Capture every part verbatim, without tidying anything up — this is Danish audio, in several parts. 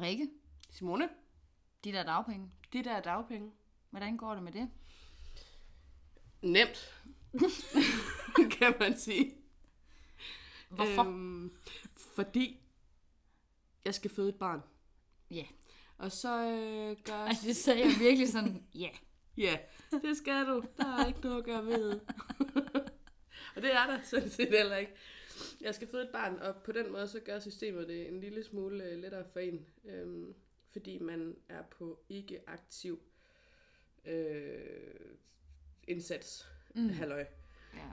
Rikke. Simone. De der dagpenge. De der dagpenge. Hvordan går det med det? Nemt. Kan man sige. Hvorfor? Øhm, fordi jeg skal føde et barn. Ja. Yeah. Og så øh, gør... Altså, det sagde jeg virkelig sådan, ja. Yeah. Ja, det skal du. Der er ikke noget at gøre ved. Og det er der sådan set heller ikke. Jeg skal føde et barn, og på den måde så gør systemet det en lille smule øh, lettere for en. Øhm, fordi man er på ikke-aktiv øh, indsats. Mm. Halløj. Ja.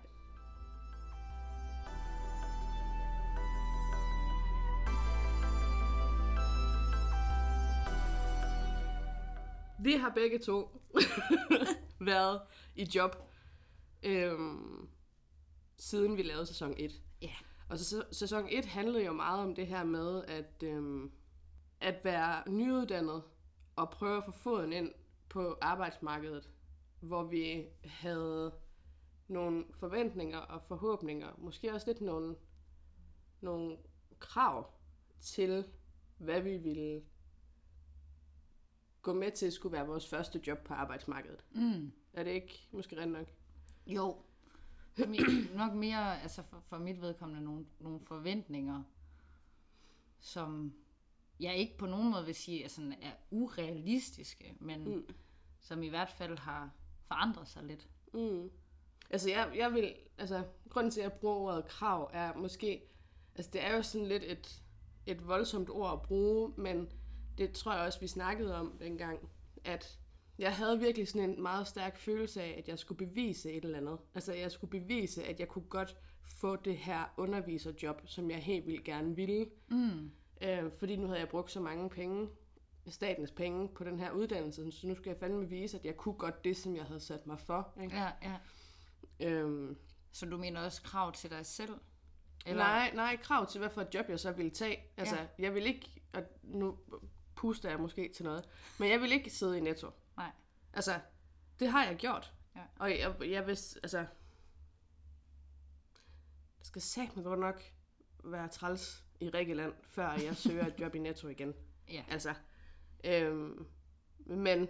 Vi har begge to været i job, øhm, siden vi lavede sæson et. Yeah. Og så, sæson et handlede jo meget om det her med, at, øhm, at være nyuddannet og prøve at få foden ind på arbejdsmarkedet, hvor vi havde nogle forventninger og forhåbninger, måske også lidt nogle, nogle krav til, hvad vi ville gå med til skulle være vores første job på arbejdsmarkedet. Mm. Er det ikke måske rent nok? Jo. Nok mere, altså for, for mit vedkommende, nogle, nogle forventninger, som jeg ikke på nogen måde vil sige altså, er urealistiske, men mm. som i hvert fald har forandret sig lidt. Mm. Altså jeg, jeg vil, altså grunden til at jeg bruger ordet krav er måske, altså det er jo sådan lidt et, et voldsomt ord at bruge, men det tror jeg også, vi snakkede om dengang, at jeg havde virkelig sådan en meget stærk følelse af, at jeg skulle bevise et eller andet. Altså jeg skulle bevise, at jeg kunne godt få det her underviserjob, som jeg helt vildt gerne ville. Mm. Øh, fordi nu havde jeg brugt så mange penge, statens penge, på den her uddannelse, så nu skal jeg fandme vise, at jeg kunne godt det, som jeg havde sat mig for. Ikke? Ja, ja. Øhm, så du mener også krav til dig selv? Eller? Nej, nej, krav til, hvad for et job jeg så ville tage. Altså, ja. Jeg vil ikke, og nu puster jeg måske til noget, men jeg vil ikke sidde i Netto. Nej. Altså, det har jeg gjort. Ja. Og jeg, jeg vil, altså, det skal satme godt nok være træls i Rikkeland, før jeg søger et job i Netto igen. Ja. Altså, øhm, men...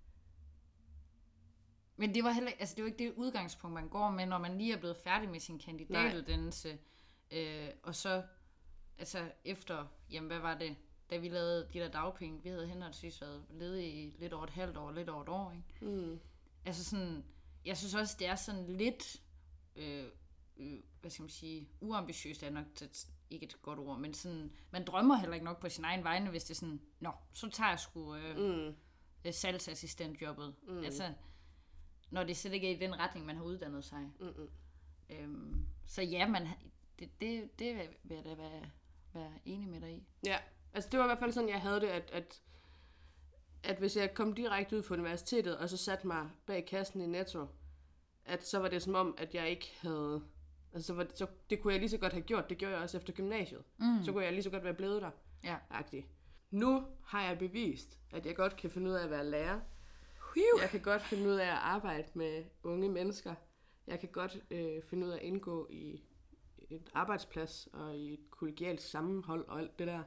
Men det var heller altså det var ikke det udgangspunkt, man går med, når man lige er blevet færdig med sin kandidatuddannelse. Øh, og så, altså efter, jamen hvad var det, da vi lavede de der dagpenge, vi havde henholdsvis været ledige i lidt over et halvt år, lidt over et år, ikke? Mm. Altså sådan, jeg synes også, det er sådan lidt, øh, øh, hvad skal man sige, uambitiøst er nok ikke et godt ord, men sådan, man drømmer heller ikke nok på sin egen vegne, hvis det er sådan, nå, så tager jeg sgu øh, mm. øh, salgsassistentjobbet. Mm. Altså, når det slet ikke er i den retning, man har uddannet sig. Mm-hmm. Øhm, så ja, man, det, det, det vil jeg da være, være enig med dig i. Ja, altså det var i hvert fald sådan, jeg havde det, at, at, at hvis jeg kom direkte ud fra universitetet, og så satte mig bag kassen i Netto, at så var det som om, at jeg ikke havde... Altså så, var det, så det kunne jeg lige så godt have gjort, det gjorde jeg også efter gymnasiet. Mm. Så kunne jeg lige så godt være blevet der. Ja. Agtigt. Nu har jeg bevist, at jeg godt kan finde ud af at være lærer. Jeg kan godt finde ud af at arbejde med unge mennesker. Jeg kan godt øh, finde ud af at indgå i et arbejdsplads og i et kollegialt sammenhold og alt det der.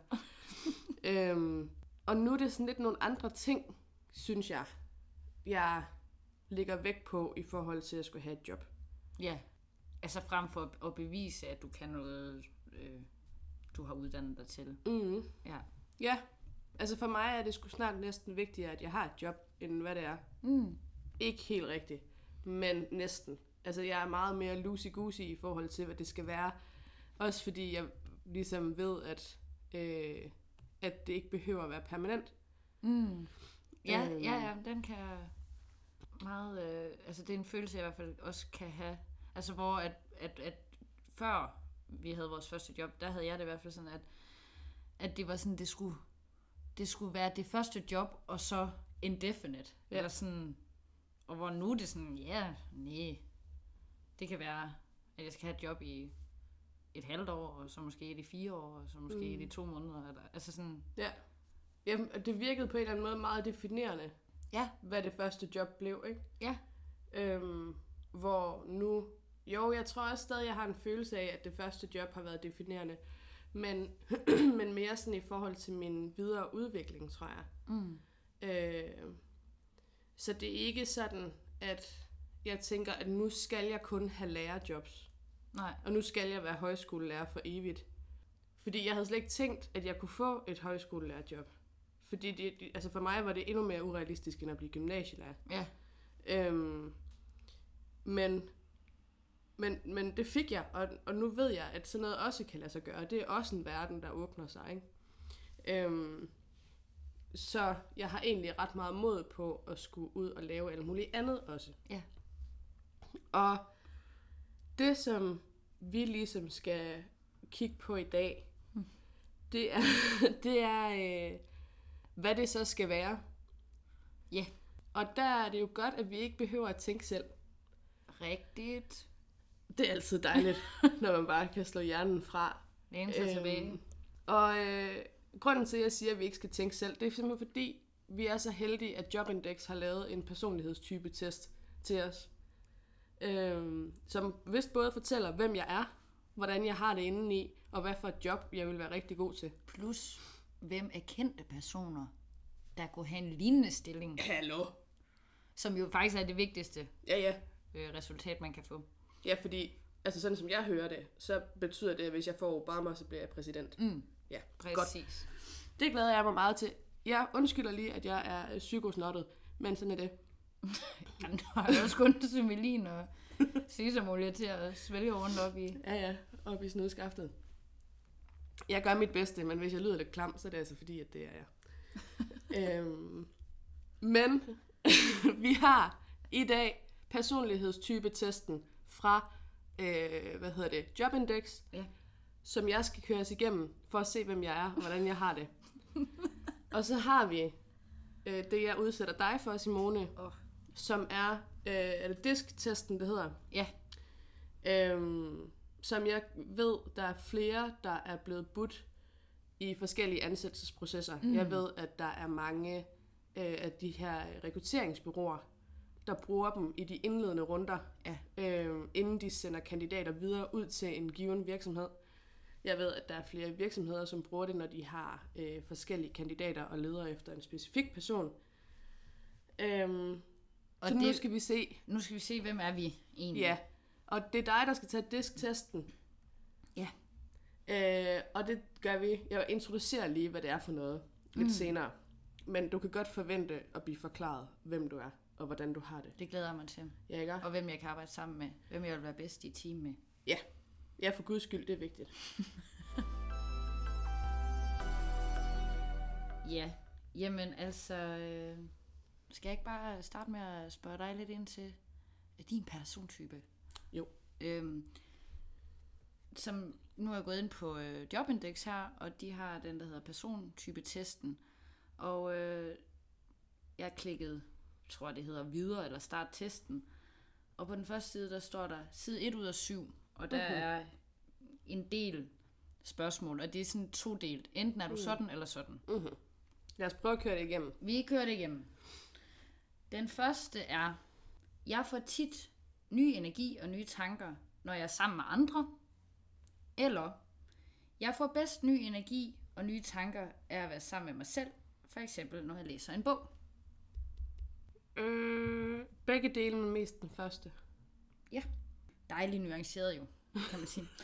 øhm, og nu er det sådan lidt nogle andre ting, synes jeg, jeg lægger vægt på i forhold til at skulle have et job. Ja, altså frem for at bevise, at du kan noget, øh, du har uddannet dig til. Mm. Ja. Ja. Altså for mig er det sgu snart næsten vigtigere, at jeg har et job, end hvad det er. Mm. Ikke helt rigtigt, men næsten. Altså jeg er meget mere loosey-goosey i forhold til, hvad det skal være. Også fordi jeg ligesom ved, at, øh, at det ikke behøver at være permanent. Mm. Ja, øhm. ja, ja, den kan meget... Øh, altså det er en følelse, jeg i hvert fald også kan have. Altså hvor at, at, at før vi havde vores første job, der havde jeg det i hvert fald sådan, at, at det var sådan, det skulle... det skulle være det første job, og så indefinite. Ja. Eller sådan, og hvor nu er det sådan, ja, nej. Det kan være, at jeg skal have et job i et halvt år, og så måske i de fire år, og så måske mm. i de to måneder. Eller, altså sådan. Ja. Jamen, det virkede på en eller anden måde meget definerende, ja. Hvad det første job blev, ikke? Ja. Øhm, hvor nu, jo, jeg tror også stadig, jeg har en følelse af, at det første job har været definerende, Men, men mere sådan i forhold til min videre udvikling, tror jeg. Mm. Øh, så det er ikke sådan, at jeg tænker, at nu skal jeg kun have lærerjobs. Nej. Og nu skal jeg være højskolelærer for evigt. Fordi jeg havde slet ikke tænkt, at jeg kunne få et højskolelærerjob. Fordi det, det, altså for mig var det endnu mere urealistisk, end at blive gymnasielærer. Ja. Øhm, men, men, men det fik jeg, og, og nu ved jeg, at sådan noget også kan lade sig gøre. Det er også en verden, der åbner sig, ikke? Øhm, så jeg har egentlig ret meget mod på at skulle ud og lave alt muligt andet også. Ja. Og det, som vi ligesom skal kigge på i dag, hmm. det er, det er øh, hvad det så skal være. Ja. Yeah. Og der er det jo godt, at vi ikke behøver at tænke selv. Rigtigt. Det er altid dejligt, når man bare kan slå hjernen fra. Læne sig øhm, tilbage. Og øh, grunden til, at jeg siger, at vi ikke skal tænke selv, det er simpelthen fordi, vi er så heldige, at Jobindex har lavet en personlighedstype-test til os. Øhm, som vist både fortæller, hvem jeg er, hvordan jeg har det indeni, og hvad for et job, jeg vil være rigtig god til. Plus, hvem er kendte personer, der kunne have en lignende stilling. Hallo. Som jo faktisk er det vigtigste ja, ja. Øh, resultat, man kan få. Ja, fordi, altså sådan som jeg hører det, så betyder det, at hvis jeg får Obama, så bliver jeg præsident. Mm. Ja, præcis. Godt. Det glæder jeg mig meget til. Jeg undskylder lige, at jeg er psykosnottet, men sådan er det. Jamen, du har jo også kun Simelin og sesamolie til at svælge rundt op i. Ja, ja, op i snudskaftet. Jeg gør mit bedste, men hvis jeg lyder lidt klam, så er det altså fordi, at det er jeg. øhm, men vi har i dag personlighedstype-testen fra øh, hvad hedder det, Jobindex, ja. som jeg skal køres igennem for at se, hvem jeg er og hvordan jeg har det. Og så har vi øh, det, jeg udsætter dig for, Simone, oh. som er, øh, er det disk-testen, det hedder? Ja. Øhm, som jeg ved, der er flere, der er blevet budt i forskellige ansættelsesprocesser. Mm. Jeg ved, at der er mange øh, af de her rekrutteringsbureauer, der bruger dem i de indledende runder, ja. øh, inden de sender kandidater videre ud til en given virksomhed. Jeg ved, at der er flere virksomheder, som bruger det, når de har øh, forskellige kandidater og leder efter en specifik person. Øhm, og så det, nu skal vi se. Nu skal vi se, hvem er vi egentlig. Ja, og det er dig, der skal tage disk-testen. Ja. Øh, og det gør vi. Jeg introducerer lige, hvad det er for noget lidt mm. senere. Men du kan godt forvente at blive forklaret, hvem du er, og hvordan du har det. Det glæder jeg mig til. Ja, ikke? Og hvem jeg kan arbejde sammen med. Hvem jeg vil være bedst i team med. Ja. Ja, for guds skyld, det er vigtigt. Ja, jamen altså, øh, skal jeg ikke bare starte med at spørge dig lidt ind til din persontype? Jo. Øhm, som nu er jeg gået ind på øh, Jobindex her, og de har den, der hedder persontype-testen. Og øh, jeg har klikket, tror jeg det hedder, videre eller start testen. Og på den første side, der står der side et ud af syv, og der uh-huh. er en del spørgsmål, og det er sådan to-delt. Enten er du uh-huh. sådan eller sådan. Uh-huh. Lad os prøve at køre det igennem. Vi kører det igennem. Den første er, jeg får tit ny energi og nye tanker, når jeg er sammen med andre. Eller, jeg får bedst ny energi og nye tanker af at være sammen med mig selv. For eksempel, når jeg læser en bog. Øh, begge dele, men mest den første. Ja, dejligt nuanceret jo, kan man sige.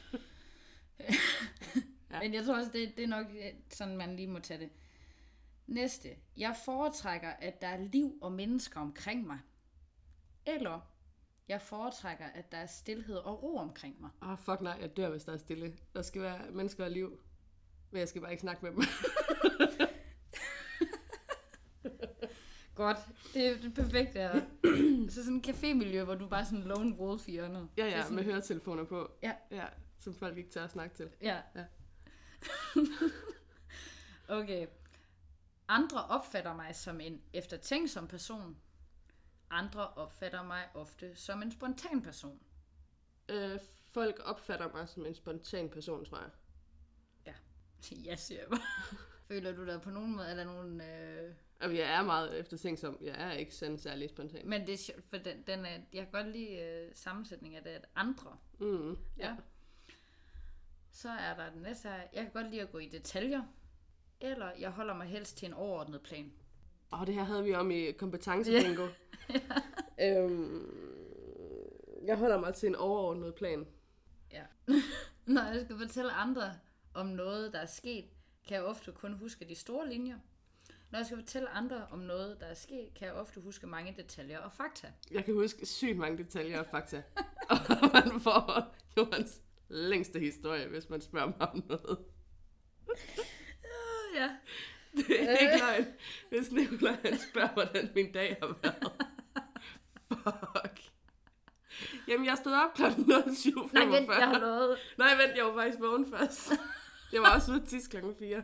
ja. Men jeg tror også, det, det er nok sådan, man lige må tage det. Næste. Jeg foretrækker, at der er liv og mennesker omkring mig. Eller, jeg foretrækker, at der er stilhed og ro omkring mig. Åh, oh, fuck nej, jeg dør, hvis der er stille. Der skal være mennesker og liv. Men jeg skal bare ikke snakke med dem. Godt, det er det perfekte her. Så sådan en cafémiljø, hvor du bare er sådan en lone wolf i hjørnet. Ja, ja, sådan... med høretelefoner på. Ja. Ja, som folk ikke tør at snakke til. Ja. ja. Okay. Andre opfatter mig som en eftertænksom person. Andre opfatter mig ofte som en spontan person. Øh, folk opfatter mig som en spontan person, tror jeg. Ja, jeg siger bare. Føler du dig på nogen måde, eller nogen... Øh... Jamen, jeg er meget eftertænksom. Jeg er ikke sådan særlig spontan. Men det er, for den, den er, jeg kan godt lide øh, sammensætningen af det, at andre. Mm, ja. ja. Så er der den næste her. Jeg kan godt lide at gå i detaljer. Eller jeg holder mig helst til en overordnet plan. Åh, oh, det her havde vi om i kompetencebingo. ja. øhm, jeg holder mig til en overordnet plan. Ja. Når jeg skal fortælle andre om noget, der er sket, kan jeg ofte kun huske de store linjer. Når jeg skal fortælle andre om noget, der er sket, kan jeg ofte huske mange detaljer og fakta. Jeg kan huske sygt mange detaljer og fakta. Og man får Johans længste historie, hvis man spørger mig om noget. Ja. Det er ikke løgn, hvis Nicolaj han spørger, hvordan min dag har været. Fuck. Jamen, jeg stod op klokken nul syv femogfyrre. Nej, vent, jeg har lovet. Nej, vent, jeg var faktisk vågen først. Jeg var også ude tisse klokken fire.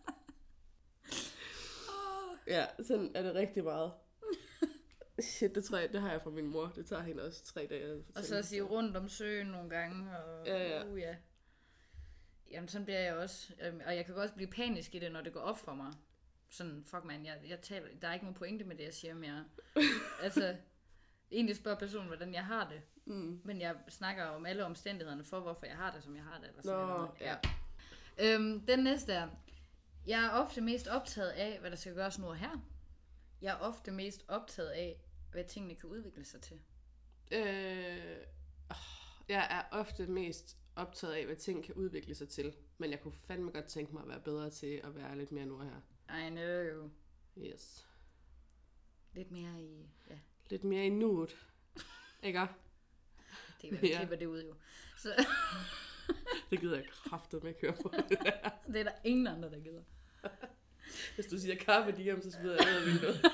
Ja, sådan er det rigtig meget. Shit, det tror jeg, det har jeg fra min mor. Det tager hende også tre dage. Og så at sige rundt om søen nogle gange. Og, ja, ja. Uh, ja. Jamen, sådan bliver jeg også. Og jeg kan også blive panisk i det, når det går op for mig. Sådan, fuck man, jeg, jeg taler, der er ikke nogen pointe med det, jeg siger mere. Altså, egentlig spørger personen, hvordan jeg har det. Mm. Men jeg snakker om alle omstændighederne for, hvorfor jeg har det, som jeg har det. Eller sådan Nå, noget. ja. Øhm, den næste er, jeg er ofte mest optaget af, hvad der skal gøres nu og her. Jeg er ofte mest optaget af, hvad tingene kan udvikle sig til. Øh, jeg er ofte mest optaget af, hvad ting kan udvikle sig til. Men jeg kunne fandme godt tænke mig at være bedre til at være lidt mere nu og her. I know. Yes. Lidt mere i, ja. Lidt mere i nuet. Ikke? Det er, hvad vi ja. klipper det ud jo. Så. Det gider jeg kraftet med at køre på. Det er der ingen andre, der gider. Hvis du siger carpe diem, så smider jeg ned i vinduet.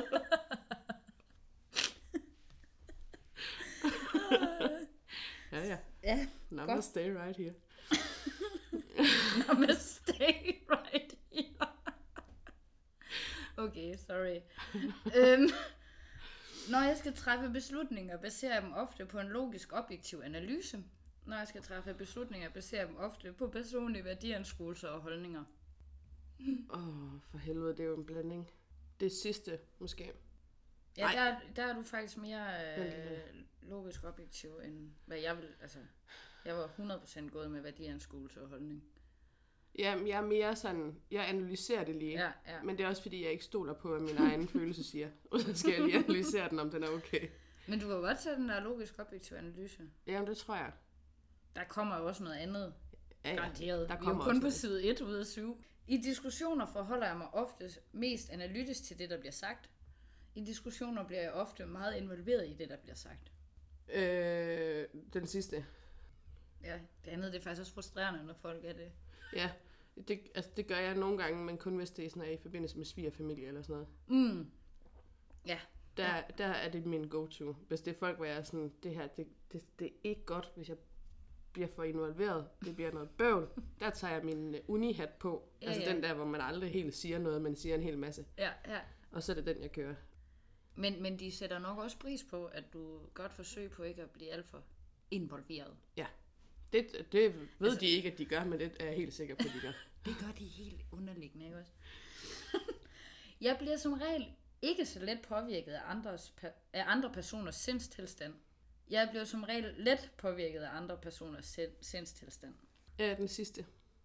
ja, ja. Ja, Number stay right here. Number stay right here. Okay, sorry. øhm, når jeg skal træffe beslutninger, baserer jeg dem ofte på en logisk, objektiv analyse. Når jeg skal træffe beslutninger, baserer jeg dem ofte på personlige værdianskuelser og holdninger. Åh, oh, for helvede, det er jo en blanding. Det sidste, måske. Ja, der, der er du faktisk mere øh, logisk objektiv, end hvad jeg vil. Altså, jeg var hundrede procent gået med værdianskuelse og holdning. Jamen, jeg er mere sådan, jeg analyserer det lige. Ja, ja. Men det er også fordi, jeg ikke stoler på, hvad min egen følelse siger. Og så skal jeg lige analysere den, om den er okay. Men du kan jo godt tage den der logisk objektiv analyse. Jamen, det tror jeg. Der kommer jo også noget andet. Ja, ja. Garanteret. Der Vi er jo kun på side et ud af syv. I diskussioner forholder jeg mig ofte mest analytisk til det, der bliver sagt. I diskussioner bliver jeg ofte meget involveret i det, der bliver sagt. Øh, den sidste. Ja, det andet det er faktisk også frustrerende, når folk er det. Ja, det, altså, det gør jeg nogle gange, men kun hvis det er, sådan, er i forbindelse med svigerfamilie eller sådan noget. Mm. Ja. Der, ja. der er det min go-to. Hvis det er folk, hvor jeg er sådan, det her, det, det, det er ikke godt, hvis jeg bliver for involveret. Det bliver noget bøvl. Der tager jeg min uni-hat på. Ja, altså ja. Den der, hvor man aldrig helt siger noget, men siger en hel masse. Ja, ja. Og så er det den, jeg kører. Men, men de sætter nok også pris på, at du godt forsøger på ikke at blive alt for involveret. Ja. Det, det ved altså, de ikke, at de gør, men det er jeg helt sikker på, at de gør. Det gør de helt underliggende, ikke også? Jeg bliver som regel ikke så let påvirket af, andres, af andre personers sindstilstand. Jeg bliver som regel let påvirket af andre personers sindstilstand. Ja, den sidste.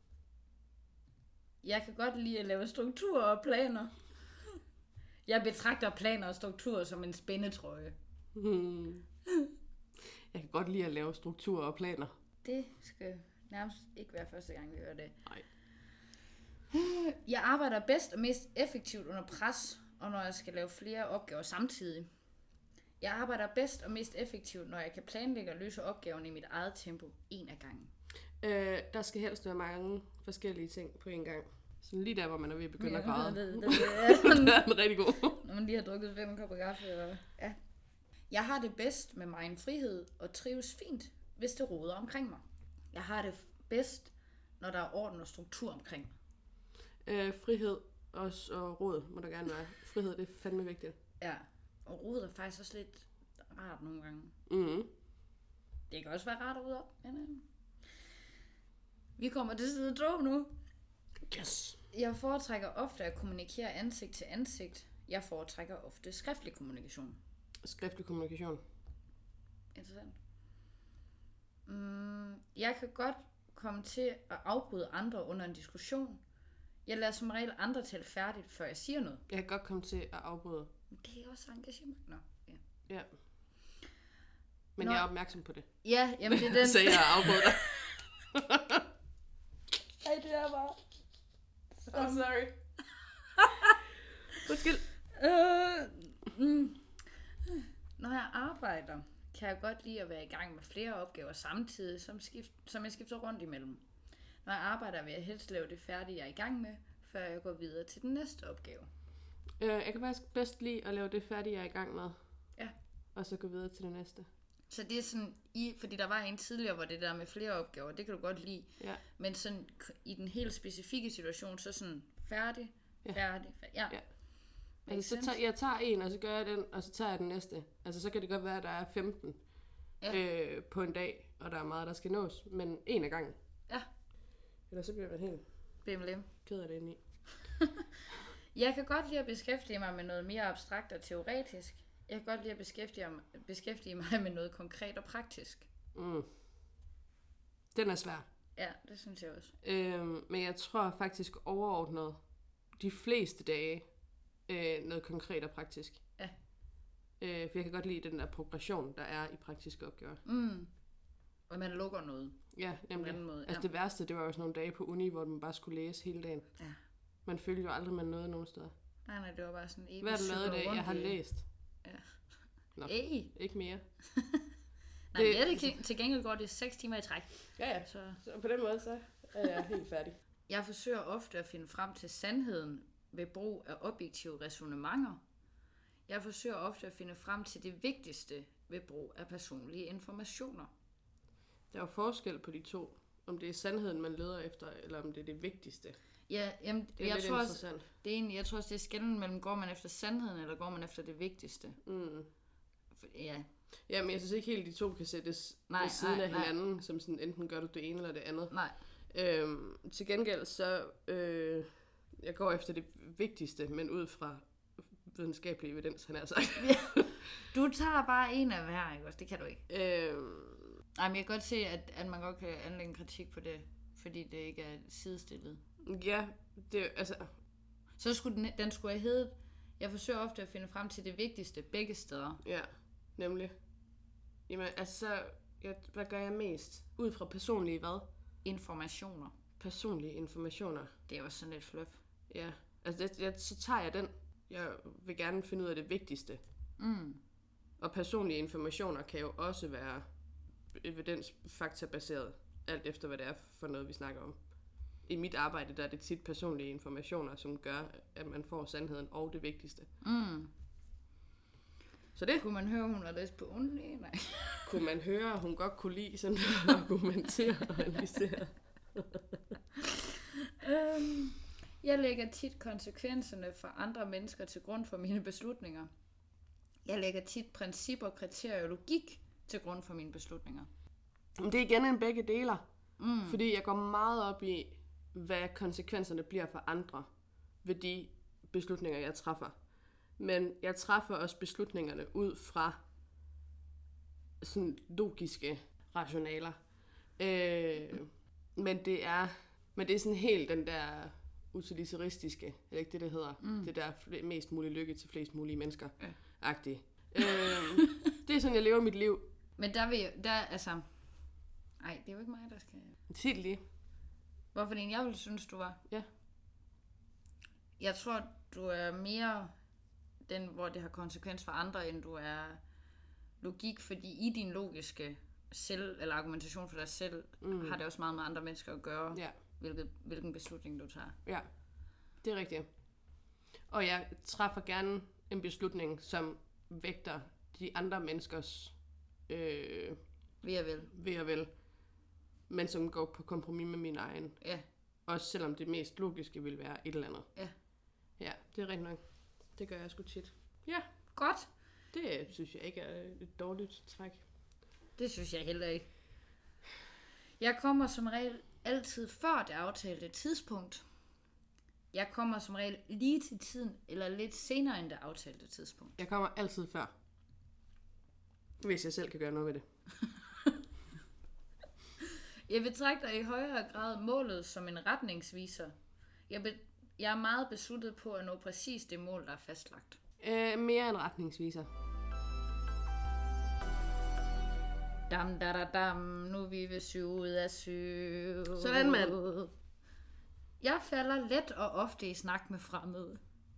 Jeg kan godt lide at lave strukturer og planer. Jeg betragter planer og strukturer som en spændetrøje. Hmm. Jeg kan godt lide at lave strukturer og planer. Det skal nærmest ikke være første gang, vi hører det. Nej. Jeg arbejder bedst og mest effektivt under pres, og når jeg skal lave flere opgaver samtidig. Jeg arbejder bedst og mest effektivt, når jeg kan planlægge og løse opgaven i mit eget tempo, en af gangen. Øh, der skal helst være mange forskellige ting på en gang. Sådan lige der, hvor man er ved at begynde at græde. Det, det, det, det, det er den rigtig god. Når man lige har drukket fem kopper kaffe. Eller... Ja. Jeg har det bedst med min frihed og trives fint, hvis det roder omkring mig. Jeg har det bedst, når der er orden og struktur omkring mig. Øh, frihed og, og råd må der gerne være. Frihed, det er fandme vigtigt. Ja, og råd er faktisk også lidt rart nogle gange. Mm-hmm. Det kan også være rart at rydde op. Ja, ja. Vi kommer til side to nu. Yes. Jeg foretrækker ofte at kommunikere ansigt til ansigt. Jeg foretrækker ofte skriftlig kommunikation. Skriftlig kommunikation. Interessant. Mm, jeg kan godt komme til at afbryde andre under en diskussion. Jeg lader som regel andre tale færdigt, før jeg siger noget. Jeg kan godt komme til at afbryde. Det er også engagement. Nå, ja. Ja. Men Nå. jeg er opmærksom på det. Ja, jamen det er den. Så jeg afbryder dig. Ej, det er bare... I'm sorry. Undskyld. Øh, mm. Når jeg arbejder, kan jeg godt lide at være i gang med flere opgaver samtidig, som, skift, som jeg skifter rundt imellem. Når jeg arbejder, vil jeg helst lave det færdige, jeg er i gang med, før jeg går videre til den næste opgave. Øh, jeg kan faktisk bedst lide at lave det færdige, jeg er i gang med. Ja. Og så gå videre til det næste. Så det er sådan, i, fordi der var en tidligere, hvor det der med flere opgaver, det kan du godt lide. Ja. Men sådan i den helt specifikke situation, så sådan færdig, Ja. færdig, færdig. Ja. Ja. Altså, så tager, jeg tager en, og så gør jeg den, og så tager jeg den næste. Altså, så kan det godt være, at der er femten Ja. øh, på en dag, og der er meget, der skal nås. Men en af gangen. Ja. Eller så bliver man helt Bimmelim. ked af det indeni. Jeg kan godt lide at beskæftige mig med noget mere abstrakt og teoretisk. Jeg kan godt lide at beskæftige, beskæftige mig med noget konkret og praktisk. Mm. Den er svær. Ja, det synes jeg også. Øhm, men jeg tror faktisk overordnet, de fleste dage, øh, noget konkret og praktisk. Ja. Øh, for jeg kan godt lide den der progression, der er i praktiske opgaver. Mm. Og man lukker noget. Ja, På en nemlig. anden måde, Altså ja. det værste, det var jo sådan nogle dage på uni, hvor man bare skulle læse hele dagen. Ja. Man følte jo aldrig, man nåede nogen steder. Nej, nej, det var bare sådan evigt. Hvad har du lavet i dag? Jeg har læst. Ja. Nå. Ej. Ikke mere. Nej, Det- det, det kan, til gengæld går det seks timer i træk. Ja, ja. Så Så på den måde, så er jeg helt færdig. jeg forsøger ofte at finde frem til sandheden ved brug af objektive ræsonnementer. Jeg forsøger ofte at finde frem til det vigtigste ved brug af personlige informationer. Der er jo forskel på de to. Om det er sandheden, man leder efter, eller om det er det vigtigste. Ja, jamen, Det er jeg lidt tror også, interessant. det er egentlig, jeg tror også, det er skælden mellem, går man efter sandheden, eller går man efter det vigtigste. Mm. For, ja, Ja, men jeg synes ikke helt, de to kan sættes Nej, ved siden nej, af nej. hinanden, som sådan, enten gør du det ene eller det andet. nej. Øhm, til gengæld så, øh, jeg går efter det vigtigste, men ud fra videnskabelig evidens, han har sagt. Du tager bare en af hver, ikke også? Det kan du ikke. øhm, Nej, men jeg kan godt se, at, at man godt kan anlægge en kritik på det, fordi det ikke er sidestillet. ja, det altså, Så skulle den, den skulle have heddet, jeg forsøger ofte at finde frem til det vigtigste begge steder. ja, nemlig. Jamen, altså, så, jeg, hvad gør jeg mest? Ud fra personlige hvad? Informationer. Personlige informationer. Det er jo sådan lidt fluff. Ja, altså, det, jeg, så tager jeg den. Jeg vil gerne finde ud af det vigtigste. Mm. Og personlige informationer kan jo også være evidens-faktabaseret, alt efter hvad det er for noget, vi snakker om. I mit arbejde, der er det tit personlige informationer, som gør, at man får sandheden og det vigtigste. Mm. Så det Kunne man høre, hun var lidt på uni? Nej. kunne man høre, at hun godt kunne lide sådan at argumentere og analysere. øhm, jeg lægger tit konsekvenserne for andre mennesker til grund for mine beslutninger. Jeg lægger tit principper, kriterier og logik til grund for mine beslutninger. Men det er igen en begge deler. Mm. Fordi jeg går meget op i, hvad konsekvenserne bliver for andre ved de beslutninger, jeg træffer. Men jeg træffer også beslutningerne ud fra sådan logiske rationaler. Øh, men det er men det er sådan helt den der utilitaristiske, eller ikke det, det hedder, mm. det der fl- mest mulig lykke til flest mulige mennesker, Ja. agtigt. Øh, det er sådan, jeg lever mit liv. Men der vil jeg, der altså... Ej, det er jo ikke mig, der skal... Sig det lige. Hvorfor en jeg ville synes, du var? Ja. Jeg tror, du er mere den, hvor det har konsekvens for andre, end du er logik, fordi i din logiske selv, eller argumentation for dig selv, mm. har det også meget med andre mennesker at gøre, Ja. hvilket, hvilken beslutning du tager. Ja, det er rigtigt. Og jeg træffer gerne en beslutning, som vægter de andre menneskers øh, Ved jeg vel. ved og vel, men som går på kompromis med min egen. Ja. Også selvom det mest logiske vil være et eller andet. Ja. Ja, det er rigtigt nok. Det gør jeg sgu tit. Ja, Godt. det synes jeg ikke er et dårligt træk. Det synes jeg heller ikke. Jeg kommer som regel altid før det aftalte tidspunkt. Jeg kommer som regel lige til tiden, eller lidt senere end det aftalte tidspunkt. Jeg kommer altid før. Hvis jeg selv kan gøre noget ved det. Jeg betragter i højere grad målet som en retningsviser. Jeg, be, jeg er meget besluttet på at nå præcis det mål, der er fastlagt. Øh, mere en retningsviser. Dam, da, da, dam. Nu er vi ved syv ud af syv. Sådan, mand. Jeg falder let og ofte i snak med fremmede.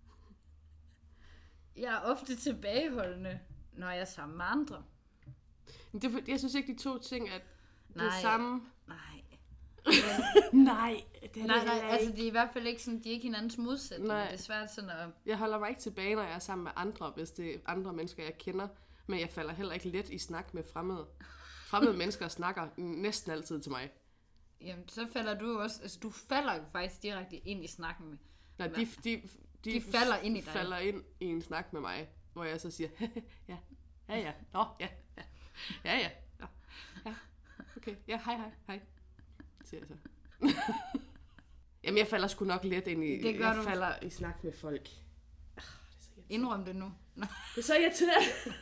Jeg er ofte tilbageholdende, når jeg er sammen med andre. Det, jeg synes ikke, de to ting er det Nej. samme. Nej. nej, det er nej, det nej, ikke. altså de er i hvert fald ikke sådan, de er ikke hinandens modsætninger. Nej. Det er svært sådan at... Jeg holder mig ikke tilbage, når jeg er sammen med andre, hvis det er andre mennesker, jeg kender. Men jeg falder heller ikke let i snak med fremmede. Fremmede mennesker snakker næsten altid til mig. Jamen, så falder du også... Altså, du falder jo faktisk direkte ind i snakken med... Nej, de, de, de, de falder ind i dig. falder ind i en snak med mig, hvor jeg så siger, ja, ja, ja, nå, ja, ja, ja, ja, ja, ja, okay, ja, hej, hej, hej, siger jeg så. Jamen, jeg falder sgu nok let ind i... Det gør jeg du. falder i snak med folk. Ah, det er så irriterende. Indrøm det nu. Nå. Det er så irriterende.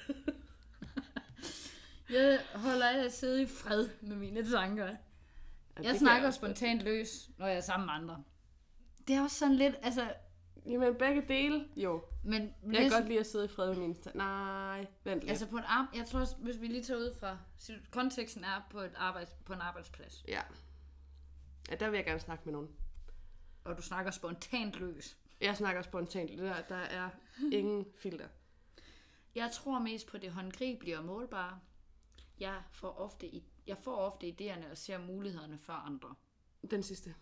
Jeg holder af at sidde i fred med mine tanker. Ja, Jeg snakker jeg spontant løs, når jeg er sammen med andre. Det er også sådan lidt, altså... Jamen, begge dele, jo. Men, men Jeg kan det, godt lide at sidde i fred med mine... Nej, vent lidt. Altså på en arm... Jeg tror også, hvis vi lige tager ud fra... Konteksten er på, et arbejds, på en arbejdsplads. Ja. Ja, der vil jeg gerne snakke med nogen. Og du snakker spontant løs. Jeg snakker spontant. Der, der er ingen filter. Jeg tror mest på det håndgribelige og målbare. Jeg får ofte, i, jeg får ofte idéerne og ser mulighederne før andre. Den sidste.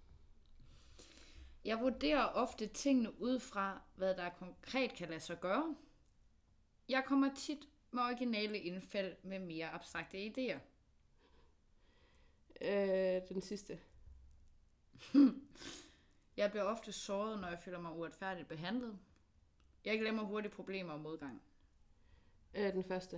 Jeg vurderer ofte tingene ud fra, hvad der konkret kan lade sig gøre. Jeg kommer tit med originale indfald med mere abstrakte idéer. Øh, den sidste. Jeg bliver ofte såret, når jeg føler mig uretfærdigt behandlet. Jeg glemmer hurtigt problemer og modgang. Øh, den første.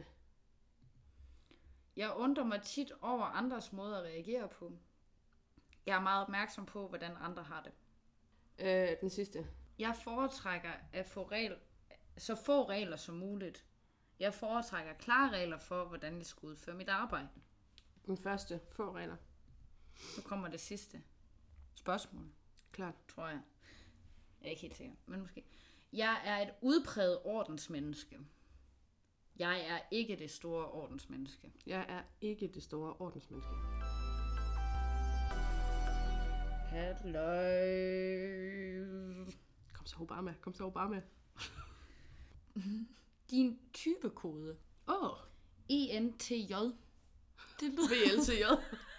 Jeg undrer mig tit over andres måde at reagere på. Jeg er meget opmærksom på, hvordan andre har det. Øh, den sidste. Jeg foretrækker at få regel, så få regler som muligt. Jeg foretrækker klare regler for, hvordan jeg skal udføre mit arbejde. Den første. Få regler. Nu kommer det sidste spørgsmål, Klart. tror jeg. Jeg er ikke helt sikker, men måske. Jeg er et udpræget ordensmenneske. Jeg er ikke det store ordensmenneske. Jeg er ikke det store ordensmenneske. Halløj. Kom så Obama. Kom så Obama. Din typekode. Åh. Oh. E N T J. Det lyder V L T J.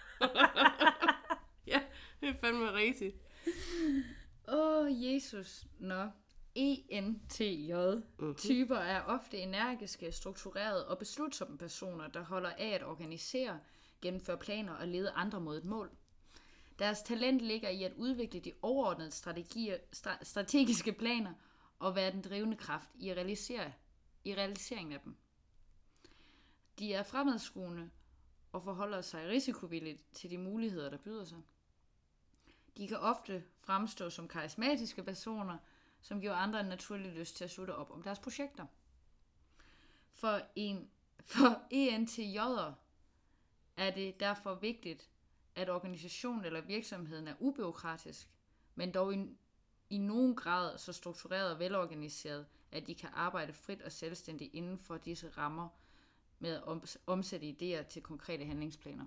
Ja, det er fandme rigtigt. Åh, oh, Jesus. Nå. E N T J. Uh-huh. Typer er ofte energiske, strukturerede og beslutsomme personer, der holder af at organisere, gennemføre planer og lede andre mod et mål. Deres talent ligger i at udvikle de overordnede strategier, stra- strategiske planer og være den drivende kraft i, at realisere, i realiseringen af dem. De er fremadskuende og forholder sig risikovilligt til de muligheder, der byder sig. De kan ofte fremstå som karismatiske personer, som giver andre en naturlig lyst til at slutte op om deres projekter. For, en, for E N T J'er er det derfor vigtigt, at organisationen eller virksomheden er ubureaukratisk, men dog i, i nogen grad så struktureret og velorganiseret, at de kan arbejde frit og selvstændigt inden for disse rammer med at omsætte idéer til konkrete handlingsplaner.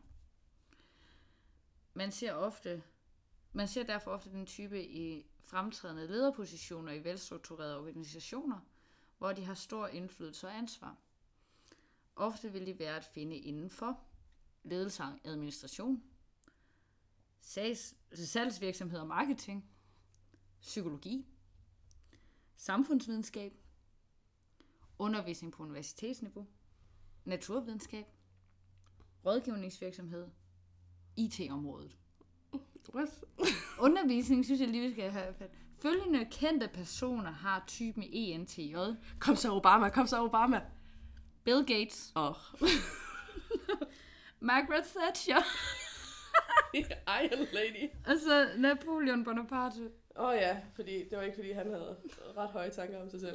Man ser ofte, man ser derfor ofte den type i fremtrædende lederpositioner i velstrukturerede organisationer, hvor de har stor indflydelse og ansvar. Ofte vil de være at finde inden for ledelse og administration, salgs, salgsvirksomhed og marketing, psykologi, samfundsvidenskab, undervisning på universitetsniveau, naturvidenskab, rådgivningsvirksomhed, I T-området. What? Undervisning synes jeg lige, vi skal have fat. Følgende kendte personer har typen E N T J. Kom så Obama, kom så Obama. Bill Gates. Åh. Oh. Margaret Thatcher. Iron Lady. Og så Napoleon Bonaparte. Åh oh, ja, fordi det var ikke fordi han havde ret høje tanker om sig selv.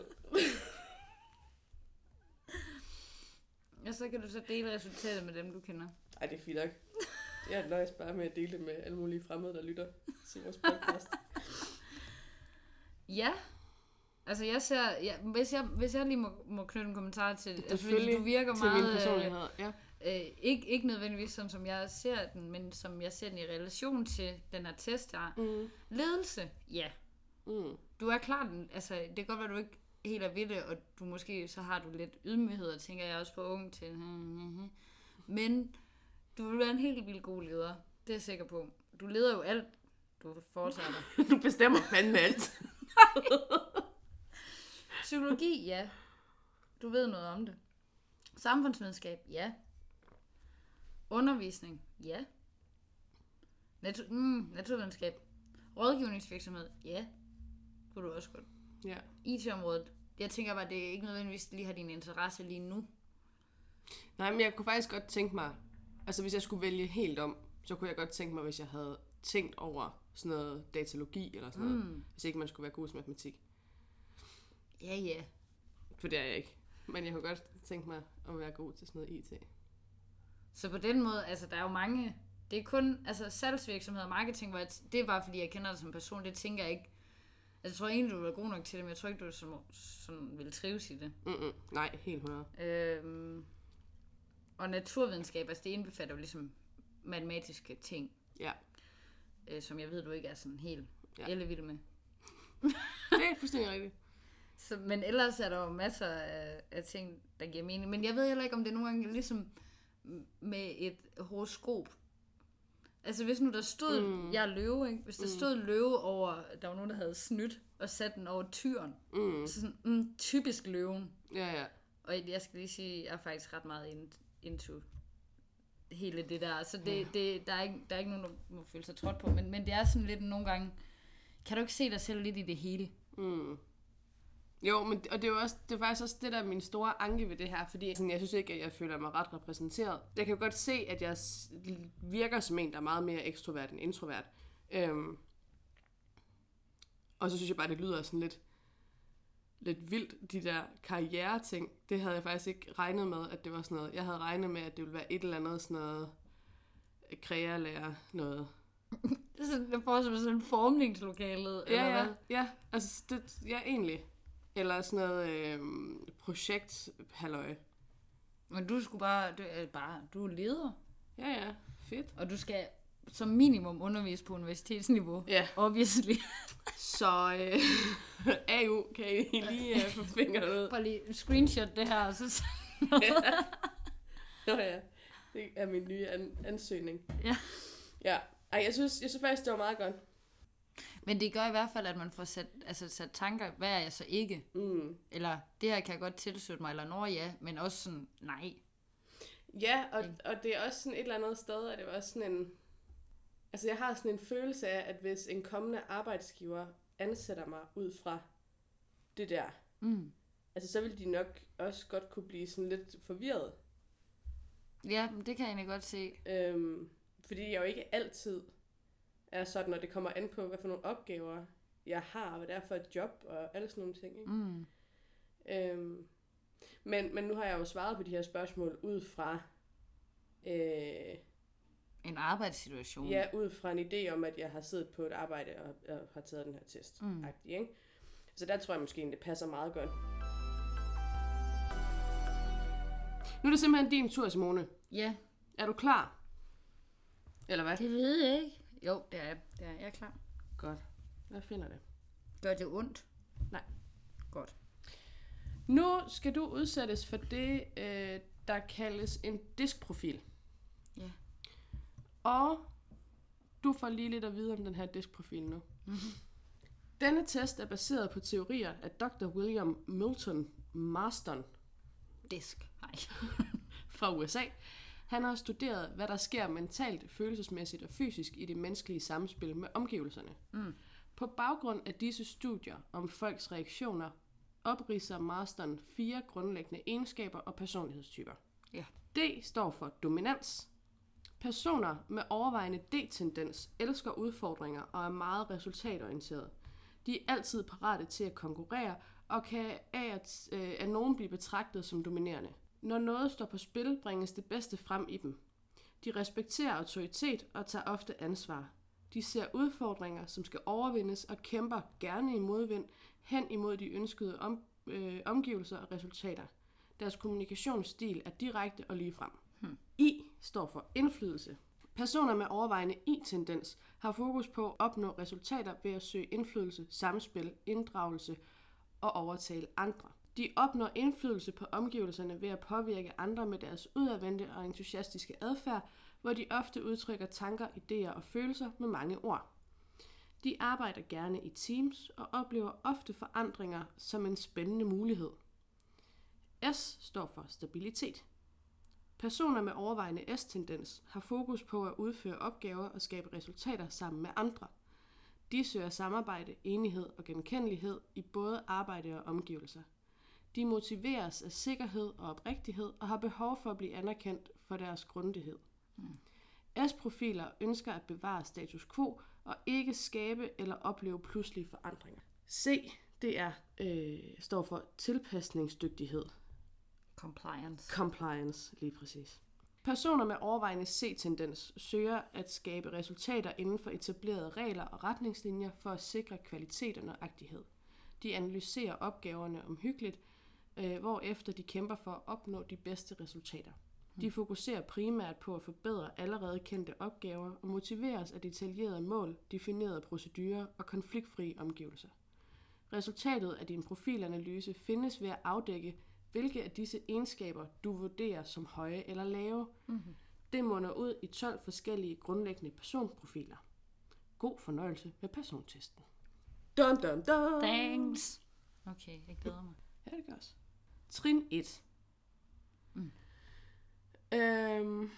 Og så kan du så dele resultatet med dem, du kender. Ej, det er fint nok. Jeg nøjes bare med at dele det med alle mulige fremmede, der lytter til vores podcast. Ja. Altså jeg ser, ja, hvis, jeg, hvis jeg lige må, må knytte en kommentar til, altså du virker til meget, min personlighed, ja. øh, ikke, ikke nødvendigvis sådan som jeg ser den, men som jeg ser den i relation til den her test der. Mm. Ledelse, ja. Mm. Du er klar, den, altså det kan godt være, du ikke helt er ved det, og du måske så har du lidt ydmyghed, og tænker jeg er også for ung til, men du vil være en helt vildt god leder, det er jeg sikker på. Du leder jo alt, du foretager dig. Du bestemmer fandme alt. Psykologi, ja. Du ved noget om det. Samfundsvidenskab, ja. Undervisning, ja. Natu- mm, naturvidenskab. Rådgivningsvirksomhed, ja. Det kunne du også godt. Ja. I T-området. Jeg tænker bare, det er ikke nødvendigvis lige har din interesse lige nu. Nej, men jeg kunne faktisk godt tænke mig, altså hvis jeg skulle vælge helt om, så kunne jeg godt tænke mig, hvis jeg havde tænkt over sådan noget datalogi eller sådan noget. Mm. Hvis ikke man skulle være god til matematik. Ja, ja. For det er jeg ikke. Men jeg kunne godt tænke mig at være god til sådan noget I T. Så på den måde, altså der er jo mange, det er kun, altså salgsvirksomhed og marketing, hvor jeg, det er bare fordi, jeg kender dig som person, det tænker jeg ikke. Altså jeg tror egentlig, du er god nok til det, men jeg tror ikke, du sådan, sådan vil trives i det. Mm-mm. Nej, helt hundrede. Øhm, og naturvidenskab, altså det indbefatter jo ligesom matematiske ting. Ja. Øh, som jeg ved, du ikke er sådan helt ja. ellevild med. Det er fuldstændig rigtigt. Så, men ellers er der jo masser af, af ting, der giver mening. Men jeg ved heller ikke, om det nogle gange ligesom med et horoskop. Altså hvis nu der stod, mm. jeg er løve, ikke? Hvis der stod løve over, der var nogen, der havde snydt og sat den over tyren. Mm. Så sådan, mm, typisk løven. Ja, ja. Og jeg skal lige sige, jeg er faktisk ret meget into hele det der. Så det, ja. det, der, er ikke, der er ikke nogen, der må føle sig trådt på. Men, men det er sådan lidt nogle gange, kan du ikke se dig selv lidt i det hele? Mm. Jo, men, og det er jo også, det er faktisk også det, der er min store anke ved det her, fordi sådan, jeg synes ikke, at jeg føler mig ret repræsenteret. Jeg kan jo godt se, at jeg virker som en, der er meget mere ekstrovert end introvert. Øhm, og så synes jeg bare, det lyder sådan lidt, lidt vildt, de der karriere-ting. Det havde jeg faktisk ikke regnet med, at det var sådan noget. Jeg havde regnet med, at det ville være et eller andet sådan noget krealærer noget. Det får som sådan en formningslokalet, ja, eller hvad? Ja, ja, altså det, ja, egentlig. Eller sådan noget øh, projekt-halløj. Men du skulle bare, du er bare, du er leder. Ja, ja, fedt. Og du skal som minimum undervise på universitetsniveau. Ja. Obviously. Så øh, A U, kan I lige øh, få fingrene ud? Bare lige screenshot det her, og så ja. Nå ja, det er min nye an- ansøgning. Ja. Ja, ej, jeg synes, jeg synes faktisk, det var meget godt. Men det gør i hvert fald, at man får sat, altså sat tanker, hvad er jeg så ikke? Mm. Eller, det her kan jeg godt tilslutte mig, eller når ja, men også sådan, nej. Ja, og, og det er også sådan et eller andet sted, og det er også sådan en... Altså, jeg har sådan en følelse af, at hvis en kommende arbejdsgiver ansætter mig ud fra det der, mm. altså, så vil de nok også godt kunne blive sådan lidt forvirret. Ja, det kan jeg egentlig godt se. Øhm, fordi jeg jo ikke altid er sådan, når det kommer an på, hvad for nogle opgaver jeg har, og hvad det er for et job, og alle sådan nogle ting. Ikke? Mm. Øhm, men, men nu har jeg jo svaret på de her spørgsmål ud fra... Øh, en arbejdssituation. Ja, ud fra en idé om, at jeg har siddet på et arbejde og, og har taget den her test. Mm. Ikke? Så der tror jeg måske, at det passer meget godt. Nu er det simpelthen din tur, Simone. Ja. Er du klar? Eller hvad? Det ved jeg ikke. Jo, det er jeg. Det er jeg er klar. Godt. Hvad finder det? Gør det ondt? Nej. Godt. Nu skal du udsættes for det, øh, der kaldes en diskprofil. Ja. Og du får lige lidt at vide om den her diskprofil nu. Mm-hmm. Denne test er baseret på teorier af doktor William Moulton Marston. Disk. Nej. Fra U S A. Han har studeret, hvad der sker mentalt, følelsesmæssigt og fysisk i det menneskelige samspil med omgivelserne. Mm. På baggrund af disse studier om folks reaktioner, opridser Marston fire grundlæggende egenskaber og personlighedstyper. Ja. D står for dominans. Personer med overvejende D-tendens elsker udfordringer og er meget resultatorienterede. De er altid parate til at konkurrere og kan af at, øh, at nogen blive betragtet som dominerende. Når noget står på spil, bringes det bedste frem i dem. De respekterer autoritet og tager ofte ansvar. De ser udfordringer, som skal overvindes og kæmper gerne i modvind hen imod de ønskede om, øh, omgivelser og resultater. Deres kommunikationsstil er direkte og ligefrem. Hmm. I står for indflydelse. Personer med overvejende I-tendens har fokus på at opnå resultater ved at søge indflydelse, samspil, inddragelse og overtale andre. De opnår indflydelse på omgivelserne ved at påvirke andre med deres udadvendte og entusiastiske adfærd, hvor de ofte udtrykker tanker, idéer og følelser med mange ord. De arbejder gerne i teams og oplever ofte forandringer som en spændende mulighed. S står for stabilitet. Personer med overvejende S-tendens har fokus på at udføre opgaver og skabe resultater sammen med andre. De søger samarbejde, enighed og genkendelighed i både arbejde og omgivelser. De motiveres af sikkerhed og oprigtighed og har behov for at blive anerkendt for deres grundighed. Mm. S-profiler ønsker at bevare status quo og ikke skabe eller opleve pludselige forandringer. C, det er, øh, står for tilpasningsdygtighed. Compliance. Compliance, lige præcis. Personer med overvejende C-tendens søger at skabe resultater inden for etablerede regler og retningslinjer for at sikre kvalitet og nøjagtighed. De analyserer opgaverne omhyggeligt, øh, hvorefter de kæmper for at opnå de bedste resultater. De fokuserer primært på at forbedre allerede kendte opgaver og motiveres af detaljerede mål, definerede procedurer og konfliktfrie omgivelser. Resultatet af din profilanalyse findes ved at afdække, hvilke af disse egenskaber du vurderer som høje eller lave. Mm-hmm. Det munder ud i tolv forskellige grundlæggende personprofiler. God fornøjelse med persontesten. Dun, dun, dun. Thanks. Okay, jeg glæder mig. Ja, det gør også. Trin et. Mm. Øhm.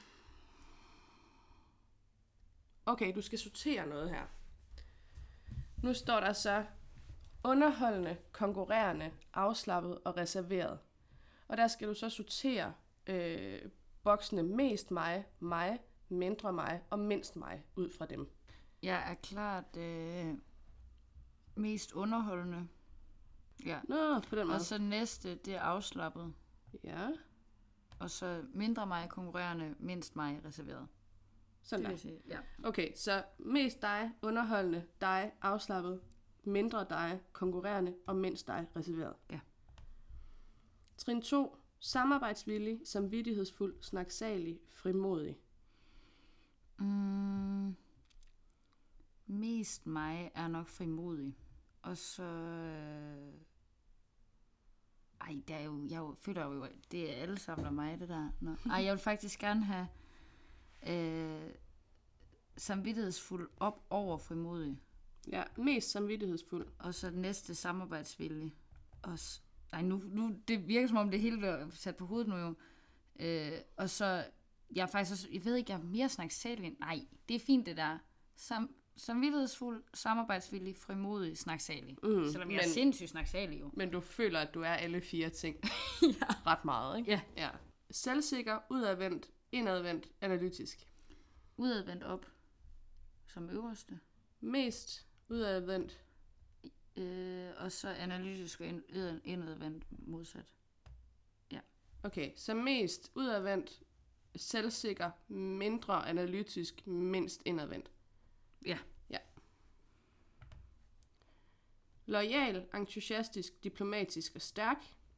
Okay, du skal sortere noget her. Nu står der så underholdende, konkurrerende, afslappet og reserveret. Og der skal du så sortere øh, boksene mest mig, mig, mindre mig og mindst mig ud fra dem. Jeg er klart øh, mest underholdende. Ja. Nå, på den måde. Og så næste, det er afslappet. Ja. Og så mindre mig konkurrerende, mindst mig reserveret. Sådan det der. Sige, ja. Okay, så mest dig, underholdende, dig, afslappet, mindre dig, konkurrerende og mindst dig reserveret. Ja. Trin to. Samarbejdsvillig, samvittighedsfuld, snaksalig, frimodig. Mm, mest mig er nok frimodig. Og så... Øh, ej, der er jo, jeg føler jo, det er alle sammen af mig, det der. Nå. Ej, jeg vil faktisk gerne have øh, samvittighedsfuld op over frimodig. Ja, mest samvittighedsfuld. Og så næste samarbejdsvillig. Og s- Nej, nu, nu, det virker som om det hele bliver sat på hovedet nu jo. Øh, og så, jeg er faktisk også, jeg ved ikke, jeg er mere snaksalig. Nej, det er fint det der. Sam, samvittighedsfuld, samarbejdsvillig, frimodig, snaksalig. Mm, Selvom jeg men, er sindssygt snaksalig jo. Men du føler, at du er alle fire ting ja. ret meget, ikke? Ja. ja. Selvsikker, udadvendt, indadvendt, analytisk. Udadvendt op som øverste. Mest udadvendt. Øh, og så analytisk og indadvendt modsat. Ja. Okay, så mest udadvendt, selvsikker, mindre analytisk, mindst indadvendt. Ja. Ja. Loyal, entusiastisk, diplomatisk og stærk.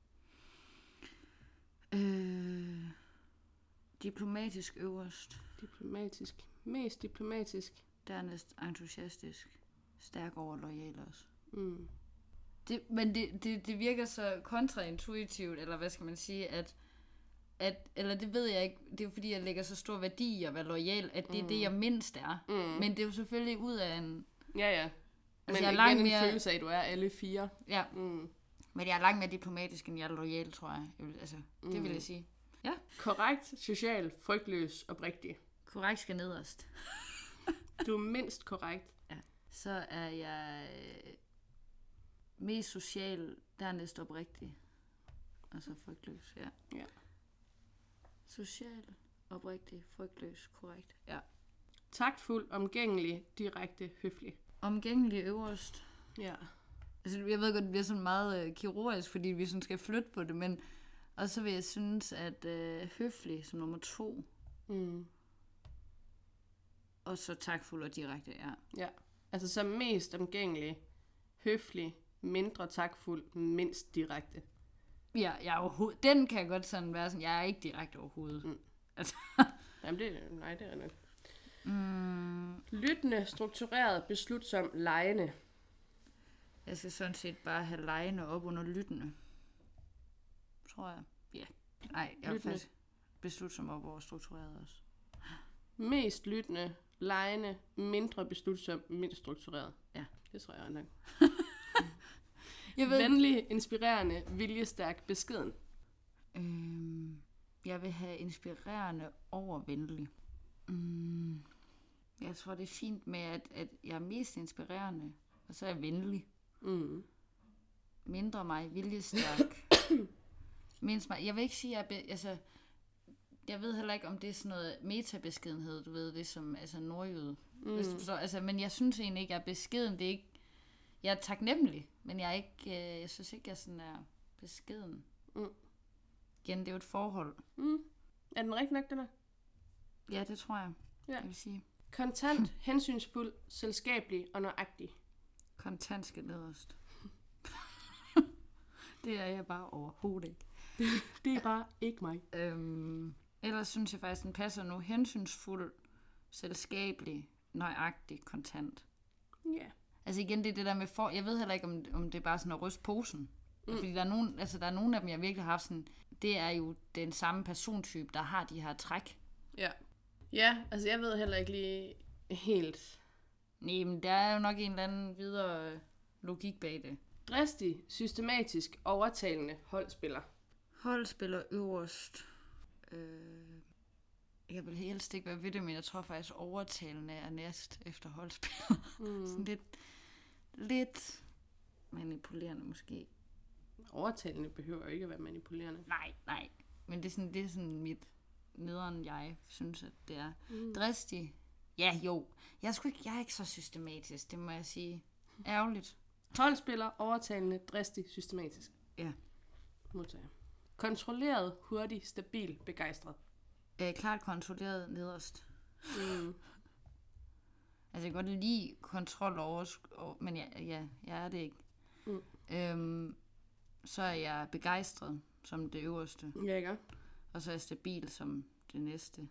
Øh, diplomatisk øverst. Diplomatisk. Mest diplomatisk. Dernæst entusiastisk. Stærk over loyal også. Mm. Det, men det, det, det virker så kontraintuitivt, eller hvad skal man sige, at, at, eller det ved jeg ikke, det er fordi, jeg lægger så stor værdi i at være loyal, at det mm. er det, jeg mindst er. Mm. Men det er jo selvfølgelig ud af en... Ja, ja. Altså, men jeg er igen langt en mere... følelse af, at du er alle fire. Ja, mm. men jeg er langt mere diplomatisk, end jeg er loyal, tror jeg. jeg vil, altså, mm. det vil jeg sige. Ja. Korrekt, social, frygtløs, oprigtig. Korrekt skal nederst. Du er mindst korrekt. Ja. Så er jeg mest social, dernæst oprigtig. Og så frygtløs, ja. Ja. Social, oprigtig, frygtløs, korrekt, ja. Taktfuld, omgængelig, direkte, høflig. Omgængelig øverst. Ja. Altså, jeg ved godt, det bliver sådan meget øh, kirurgisk, fordi vi sådan skal flytte på det, men og så vil jeg synes, at øh, høflig som nummer to. Mm. Og så takfuld og direkte, ja. Ja, altså som mest omgængelig, høflig, mindre takfuld, mindst direkte. Ja, jeg er overhovedet, den kan godt sådan være sådan, jeg er ikke direkte overhovedet. Mm. Altså. Jamen det, nej, det er nok. Mm. Lyttende, struktureret, beslutsom, legende. Jeg skal sådan set bare have legende op under lyttende. Tror jeg. Ja. Yeah. Nej, jeg er faktisk beslutsom op over struktureret også. Mest lyttende, legende, mindre beslutsom, mindre struktureret. Ja. Det tror jeg nok. jeg ved... Venlig, inspirerende, viljestærk, beskeden. Øhm, jeg vil have inspirerende over venlig. Mm, jeg tror, det er fint med, at, at jeg er mest inspirerende, og så er jeg venlig. Mm. Mindre mig, viljestærk. Mindst mig. Jeg vil ikke sige, at jeg, be, altså, jeg ved heller ikke, om det er sådan noget metabeskedenhed, du ved, det som altså nordjyde. Mm. Hvis du forstår. Altså, men jeg synes egentlig ikke, at jeg er beskeden. Det er ikke, jeg er taknemmelig, men jeg er ikke, øh, jeg synes ikke, jeg sådan er beskeden. Mm. Igen, det er jo et forhold. Mm. Er den rigtig nok, den der? Ja, det tror jeg, ja. jeg vil sige. Kontant, hensynsfuld, selskabelig og nøjagtig. Kontant skal nederst. Det er jeg bare overhovedet ikke. Det er bare ikke mig. Øhm, ellers synes jeg faktisk, den passer nu. Hensynsfuld, selskabelig, nøjagtig, kontant. Ja. Yeah. Altså igen, det er det der med for... Jeg ved heller ikke, om, om det er bare sådan at ryste posen. Mm. Fordi der er, nogen, altså, der er nogen af dem, jeg virkelig har haft sådan... Det er jo den samme persontype, der har de her træk. Ja. Ja, altså jeg ved heller ikke lige helt... Nej, men der er jo nok en eller anden videre logik bag det. Dristig, systematisk, overtalende holdspiller. Holdspiller øverst. Øh, jeg vil helst ikke være ved det, men jeg tror faktisk overtalende er næst efter holdspiller. Mm. Sådan lidt, lidt manipulerende måske. Overtalende behøver ikke at være manipulerende. Nej, nej. Men det er sådan, det er sådan mit nederen jeg synes, at det er. Mm. Dristig. Ja, jo. Jeg er, sgu ikke, jeg er ikke så systematisk, det må jeg sige. Ærgerligt. Holdspiller, overtalende, dristig, systematisk. Ja. Modtager. Kontrolleret, hurtig, stabil, begejstret. Øh, klart kontrolleret nederst. Mm. Altså jeg kan godt lide kontrol over, men ja, ja, jeg er det ikke. Mm. Øhm, så er jeg begejstret som det øverste. Ja, ikke? Og så er jeg stabil som det næste.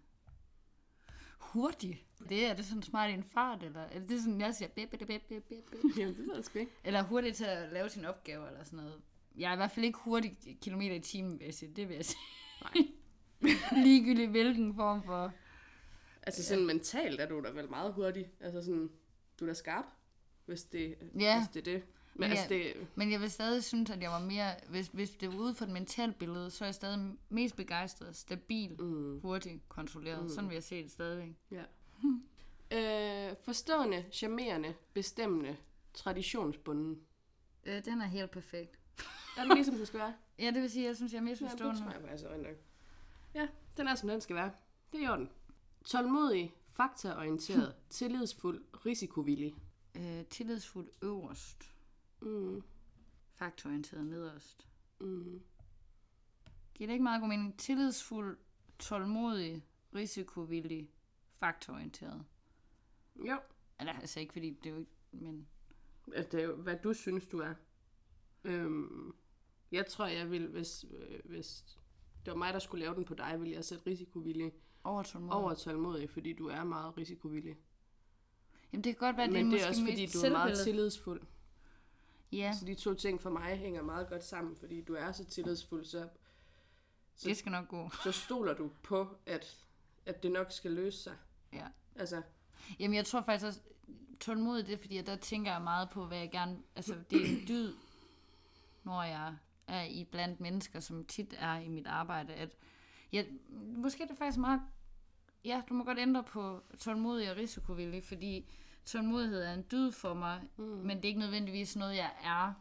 Hurtig. Det er det sådan smart i en fart, eller er det sådan, jeg siger bip, bip, bip, bip, bip. Jamen, det ved jeg sgu ikke. Eller hurtig til at lave sin opgave, eller sådan noget. Jeg er i hvert fald ikke hurtig kilometer i timen, vil jeg sige. Det vil jeg sige. Nej. Ligegyldigt hvilken form for... Altså sådan ja. Mentalt er du da vel meget hurtig. Altså sådan, du er da skarp, hvis det, ja. hvis det er det. Men, men, altså, jeg, det... men jeg vil stadig synes, at jeg var mere... Hvis, hvis det var ude for et mentalt billede, så er jeg stadig mest begejstret, stabil, mm. hurtig, kontrolleret. Mm. Sådan vil jeg se det stadigvæk. Ja. Hmm. Øh, forstående, charmerende, bestemmende, traditionsbunden. Øh, den er helt perfekt. Er den ligesom den skal være? Ja, det vil sige, jeg synes, jeg er mest forstående. Ja, det tror jeg faktisk nok. Ja, den er som den skal være. Det er i orden. Tålmodig, faktaorienteret, tillidsfuld, risikovillig. Øh, tillidsfuld øverst. Mm. Faktaorienteret nederst. Mm. Giver det ikke meget god mening? Tillidsfuld, tålmodig, risikovillig, faktaorienteret. Jo. Eller altså ikke, fordi det er jo ikke, men... Det er jo, hvad du synes, du er. Øhm, jeg tror, jeg vil, hvis, øh, hvis det var mig, der skulle lave den på dig, ville jeg sætte risikovillig over tålmodig. Over tålmodig, fordi du er meget risikovillig. Jamen det kan godt være, men det er det måske er også fordi, du er meget tillidsfuld. Ja. Så de to ting for mig hænger meget godt sammen, fordi du er så tillidsfuld, så, så det skal nok gå. Så stoler du på, at, at det nok skal løse sig. Ja. Altså. Jamen jeg tror faktisk også, tålmodig, det er fordi, at der tænker jeg meget på, hvad jeg gerne... Altså det er en dyd, når jeg er i blandt mennesker, som tit er i mit arbejde, at jeg, måske er det faktisk meget... Ja, du må godt ændre på tålmodig og risikovillig, fordi tålmodighed er en dyd for mig, mm. men det er ikke nødvendigvis noget, jeg er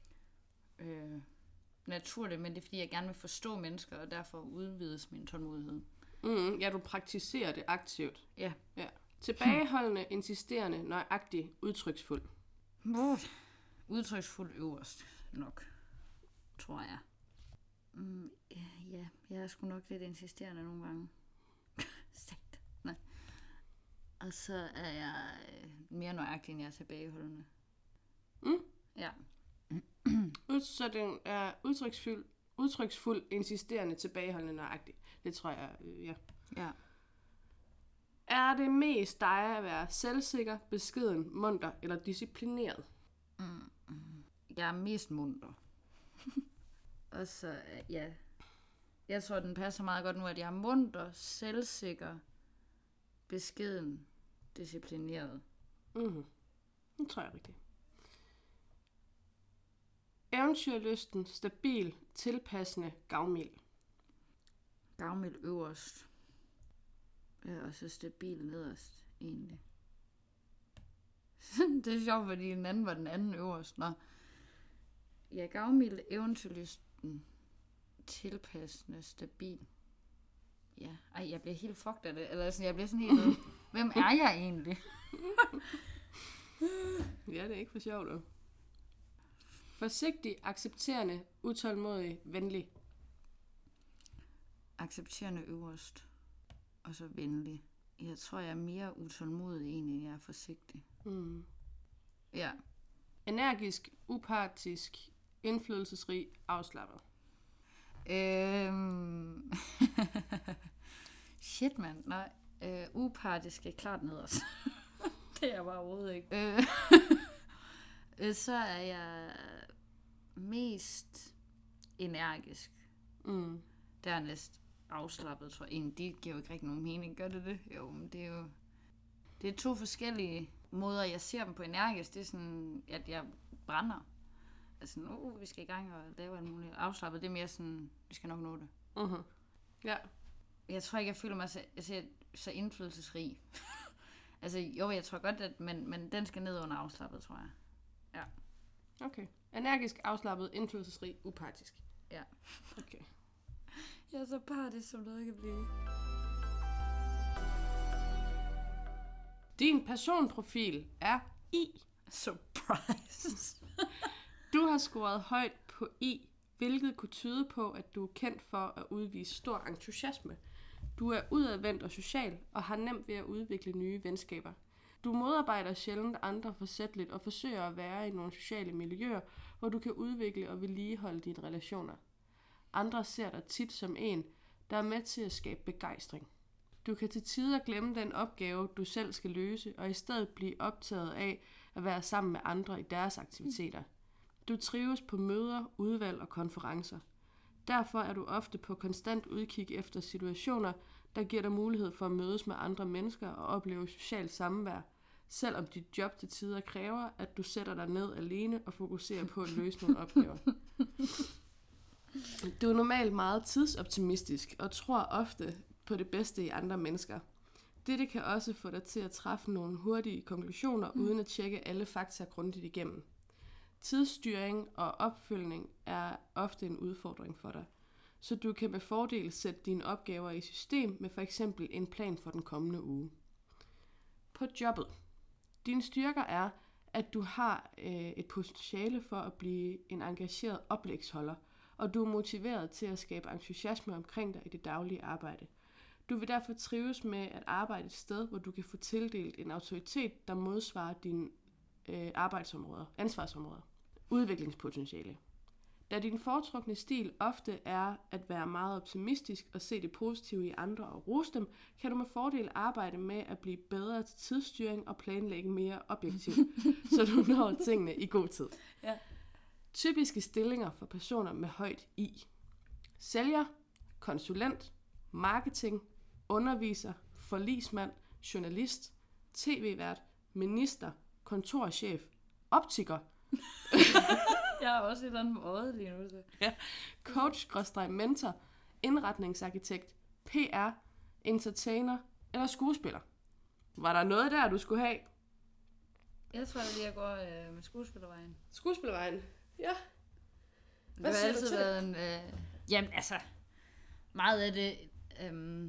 øh, naturligt, men det er fordi, jeg gerne vil forstå mennesker, og derfor udvides min tålmodighed. Mm, ja, du praktiserer det aktivt. Ja. Ja. Tilbageholdende, hmm. insisterende, nøjagtig, udtryksfuld. Uh, udtryksfuld øverst nok, tror jeg. Mm, ja, jeg er sgu nok lidt insisterende nogle gange. Nej. Og så er jeg øh, mere nøjagtig, end jeg er tilbageholdende. Mm. Ja. Så den er udtryksfuld, udtryksfuld, insisterende, tilbageholdende, nøjagtig. Det tror jeg, øh, ja. Ja. Er det mest dig at være selvsikker, beskeden, munter eller disciplineret? Mm. Jeg er mest munter. Og så, ja. Jeg tror, den passer meget godt nu, at jeg er munter, selvsikker, beskeden, disciplineret. Mhm. Det tror jeg rigtigt. Eventyrlysten, stabil, tilpassende, gavmild. Gavmild øverst. Ja, og så stabil nederst, egentlig. Det er sjovt, fordi den anden var den anden øverst. Nå. Ja, gavmild, eventyrlysten, tilpassende, stabil. Ja, ej, jeg bliver helt fucked af det. Eller sådan, jeg bliver sådan helt... Hvem er jeg egentlig? Ja, det er ikke for sjovt, dog. Forsigtig, accepterende, utålmodig, venlig. Accepterende øverst. Og så venlig. Jeg tror, jeg er mere utålmodig egentlig, end jeg er forsigtig. Mm. Ja. Energisk, upartisk, indflydelsesrig, afslappet. Øhm... Shit, mand. Nej. Øh, upartisk er klart nederst. Det er jeg bare overhovedet ikke. Øh... Så er jeg mest energisk. Mm. Dernæst afslappet, tror jeg. Egentlig, det giver jo ikke rigtig nogen mening. Gør det det? Jo, men det er jo... Det er to forskellige måder, jeg ser dem på energisk. Det er sådan, at jeg brænder. Altså, uh, vi skal i gang og lave alt muligt. Afslappet, det er mere sådan, vi skal nok nå det. Uh-huh. Ja. Jeg tror ikke, jeg føler mig så, altså, så indflydelsesrig. Altså, jo, jeg tror godt, at men, men den skal ned under afslappet, tror jeg. Ja. Okay. Energisk, afslappet, indflydelsesrig, upartisk. Ja. Okay. Jeg er så partisk, som noget kan blive. Din personprofil er I. Surprise. Du har scoret højt på I, hvilket kunne tyde på, at du er kendt for at udvise stor entusiasme. Du er udadvendt og social, og har nemt ved at udvikle nye venskaber. Du modarbejder sjældent andre forsætligt og forsøger at være i nogle sociale miljøer, hvor du kan udvikle og vedligeholde dine relationer. Andre ser dig tit som en, der er med til at skabe begejstring. Du kan til tider glemme den opgave, du selv skal løse, og i stedet blive optaget af at være sammen med andre i deres aktiviteter. Du trives på møder, udvalg og konferencer. Derfor er du ofte på konstant udkig efter situationer, der giver dig mulighed for at mødes med andre mennesker og opleve socialt samvær, selvom dit job til tider kræver, at du sætter dig ned alene og fokuserer på at løse nogle opgaver. Du er normalt meget tidsoptimistisk og tror ofte på det bedste i andre mennesker. Dette kan også få dig til at træffe nogle hurtige konklusioner, mm. uden at tjekke alle fakta grundigt igennem. Tidsstyring og opfølgning er ofte en udfordring for dig, så du kan med fordel sætte dine opgaver i system med for eksempel en plan for den kommende uge. På jobbet. Dine styrker er, at du har øh, et potentiale for at blive en engageret oplægsholder, og du er motiveret til at skabe entusiasme omkring dig i det daglige arbejde. Du vil derfor trives med at arbejde et sted, hvor du kan få tildelt en autoritet, der modsvarer dine øh, arbejdsområder, ansvarsområder. Udviklingspotentiale. Da din foretrukne stil ofte er at være meget optimistisk og se det positive i andre og rose dem, kan du med fordel arbejde med at blive bedre til tidsstyring og planlægge mere objektivt, så du når tingene i god tid. Ja. Typiske stillinger for personer med højt I. Sælger, konsulent, marketing, underviser, forligsmand, journalist, tv-vært, minister, kontorchef, optiker. Jeg har også et eller andet med øjet lige nu. Så. Ja. Coach-mentor, indretningsarkitekt, P R, entertainer eller skuespiller. Var der noget der, du skulle have? Jeg tror, at jeg går øh, med skuespillervejen. Skuespillervejen? Ja. Hvad det har altid været en... Øh... Jamen altså, meget af det øh...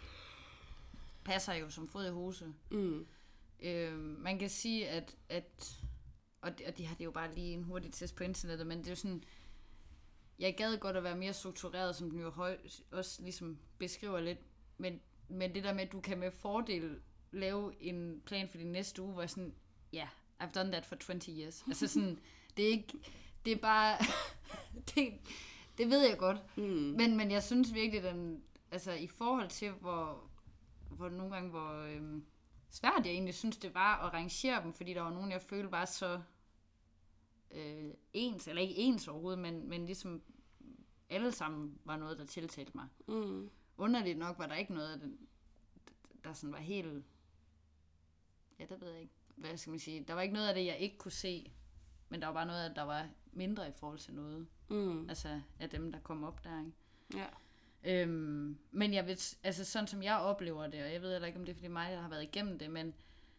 passer jo som fod i hose. Mm. Øh, man kan sige, at... at og det, og de har det jo bare lige en hurtig test på internettet, men det er jo sådan... Jeg gad godt at være mere struktureret, som den jo høj, også ligesom beskriver lidt, men, men det der med, at du kan med fordel lave en plan for din næste uge, hvor jeg sådan, ja, yeah, I've done that for twenty years. Altså sådan, det er ikke, det er bare, det, det ved jeg godt. Mm. Men, men jeg synes virkelig, den, altså i forhold til, hvor, hvor nogle gange, hvor øhm, svært jeg egentlig synes, det var at rangere dem, fordi der var nogen, jeg følte var så øh, ens, eller ikke ens overhovedet, men, men ligesom alle sammen var noget, der tiltalte mig. Mm. Underligt nok var der ikke noget af det, der sådan var helt, ja, det ved jeg ikke, hvad skal man sige, der var ikke noget af det, jeg ikke kunne se, men der var bare noget af det, der var mindre i forhold til noget, mm. altså af dem, der kom op der, ikke? Ja. Øhm, men jeg ved, altså sådan som jeg oplever det, og jeg ved heller ikke, om det er fordi mig, der har været igennem det, men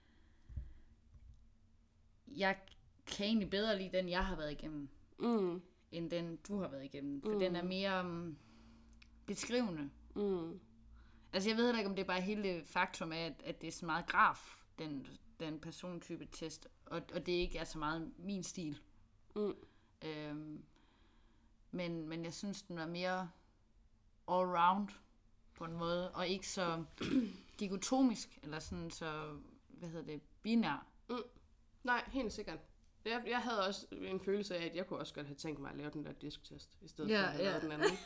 jeg kan egentlig bedre lide den, jeg har været igennem, mm. end den, du har været igennem, for mm. den er mere um, beskrivende. Mm. Altså jeg ved heller ikke, om det er bare hele faktum af, at, at det er så meget graf, den, den persontype test, og, og det ikke er så meget min stil. Mm. Øhm, men, men jeg synes, den var mere all round på en måde, og ikke så dikotomisk, eller sådan så, hvad hedder det, binær. Mm. Nej, helt sikkert. Jeg, jeg havde også en følelse af, at jeg kunne også godt have tænkt mig at lave den der disktest, i stedet ja, for at have ja. lavet den anden.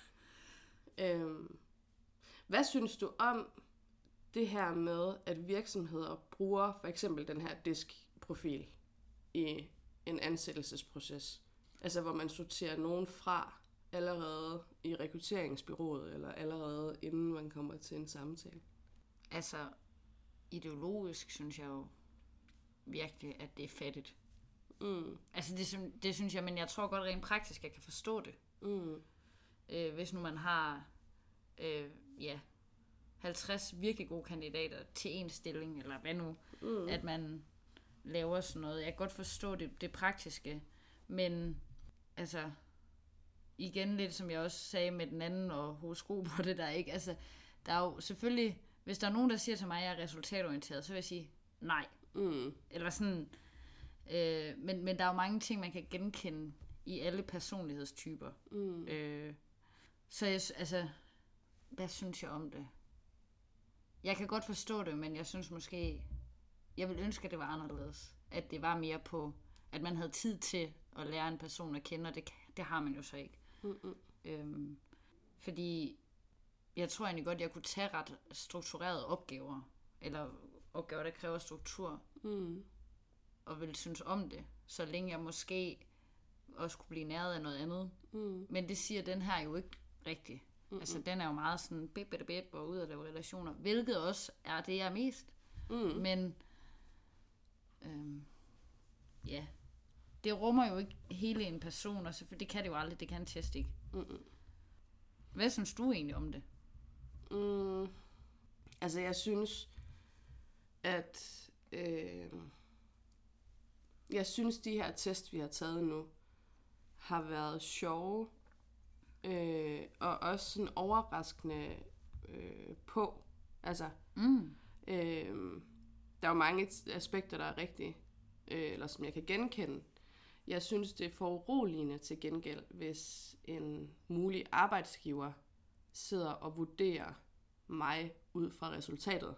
øhm, hvad synes du om det her med, at virksomheder bruger for eksempel den her diskprofil i en ansættelsesproces? Altså hvor man sorterer nogen fra allerede i rekrutteringsbureauet, eller allerede inden man kommer til en samtale? Altså, ideologisk synes jeg jo virkelig, at det er fattigt. Mm. Altså, det, det synes jeg, men jeg tror godt rent praktisk, at jeg kan forstå det. Mm. Øh, hvis nu man har øh, ja, halvtreds virkelig gode kandidater til en stilling, eller hvad nu, mm. at man laver sådan noget. Jeg kan godt forstå det, det praktiske, men altså, igen lidt som jeg også sagde med den anden og horoskop og det der, ikke? Altså, der er jo selvfølgelig, hvis der er nogen, der siger til mig, at jeg er resultatorienteret, så vil jeg sige nej. Mm. Eller sådan, øh, men, men der er jo mange ting, man kan genkende i alle personlighedstyper. Mm. Øh, så jeg, altså, hvad synes jeg om det? Jeg kan godt forstå det, men jeg synes måske, jeg vil ønske, at det var anderledes. At det var mere på, at man havde tid til at lære en person at kende, og det, det har man jo så ikke. Mm-hmm. Øhm, fordi jeg tror egentlig godt, at jeg kunne tage ret strukturerede opgaver, eller opgaver, der kræver struktur, mm. og ville synes om det, så længe jeg måske også kunne blive næret af noget andet. Mm. Men det siger den her jo ikke rigtigt. Mm-hmm. Altså, den er jo meget sådan, bip, bip, bip, og ud af lave relationer, hvilket også er det, jeg er mest. Mm. Men, øhm, ja, det rummer jo ikke hele en person, og så, for det kan det jo aldrig, det kan en test ikke. Mm-hmm. Hvad synes du egentlig om det? Mm, altså, jeg synes, at øh, jeg synes, de her test, vi har taget nu, har været sjove, øh, og også sådan overraskende øh, på. Altså, mm. øh, der er jo mange aspekter, der er rigtige, øh, eller som jeg kan genkende. Jeg synes, det er foruroligende til gengæld, hvis en mulig arbejdsgiver sidder og vurderer mig ud fra resultatet.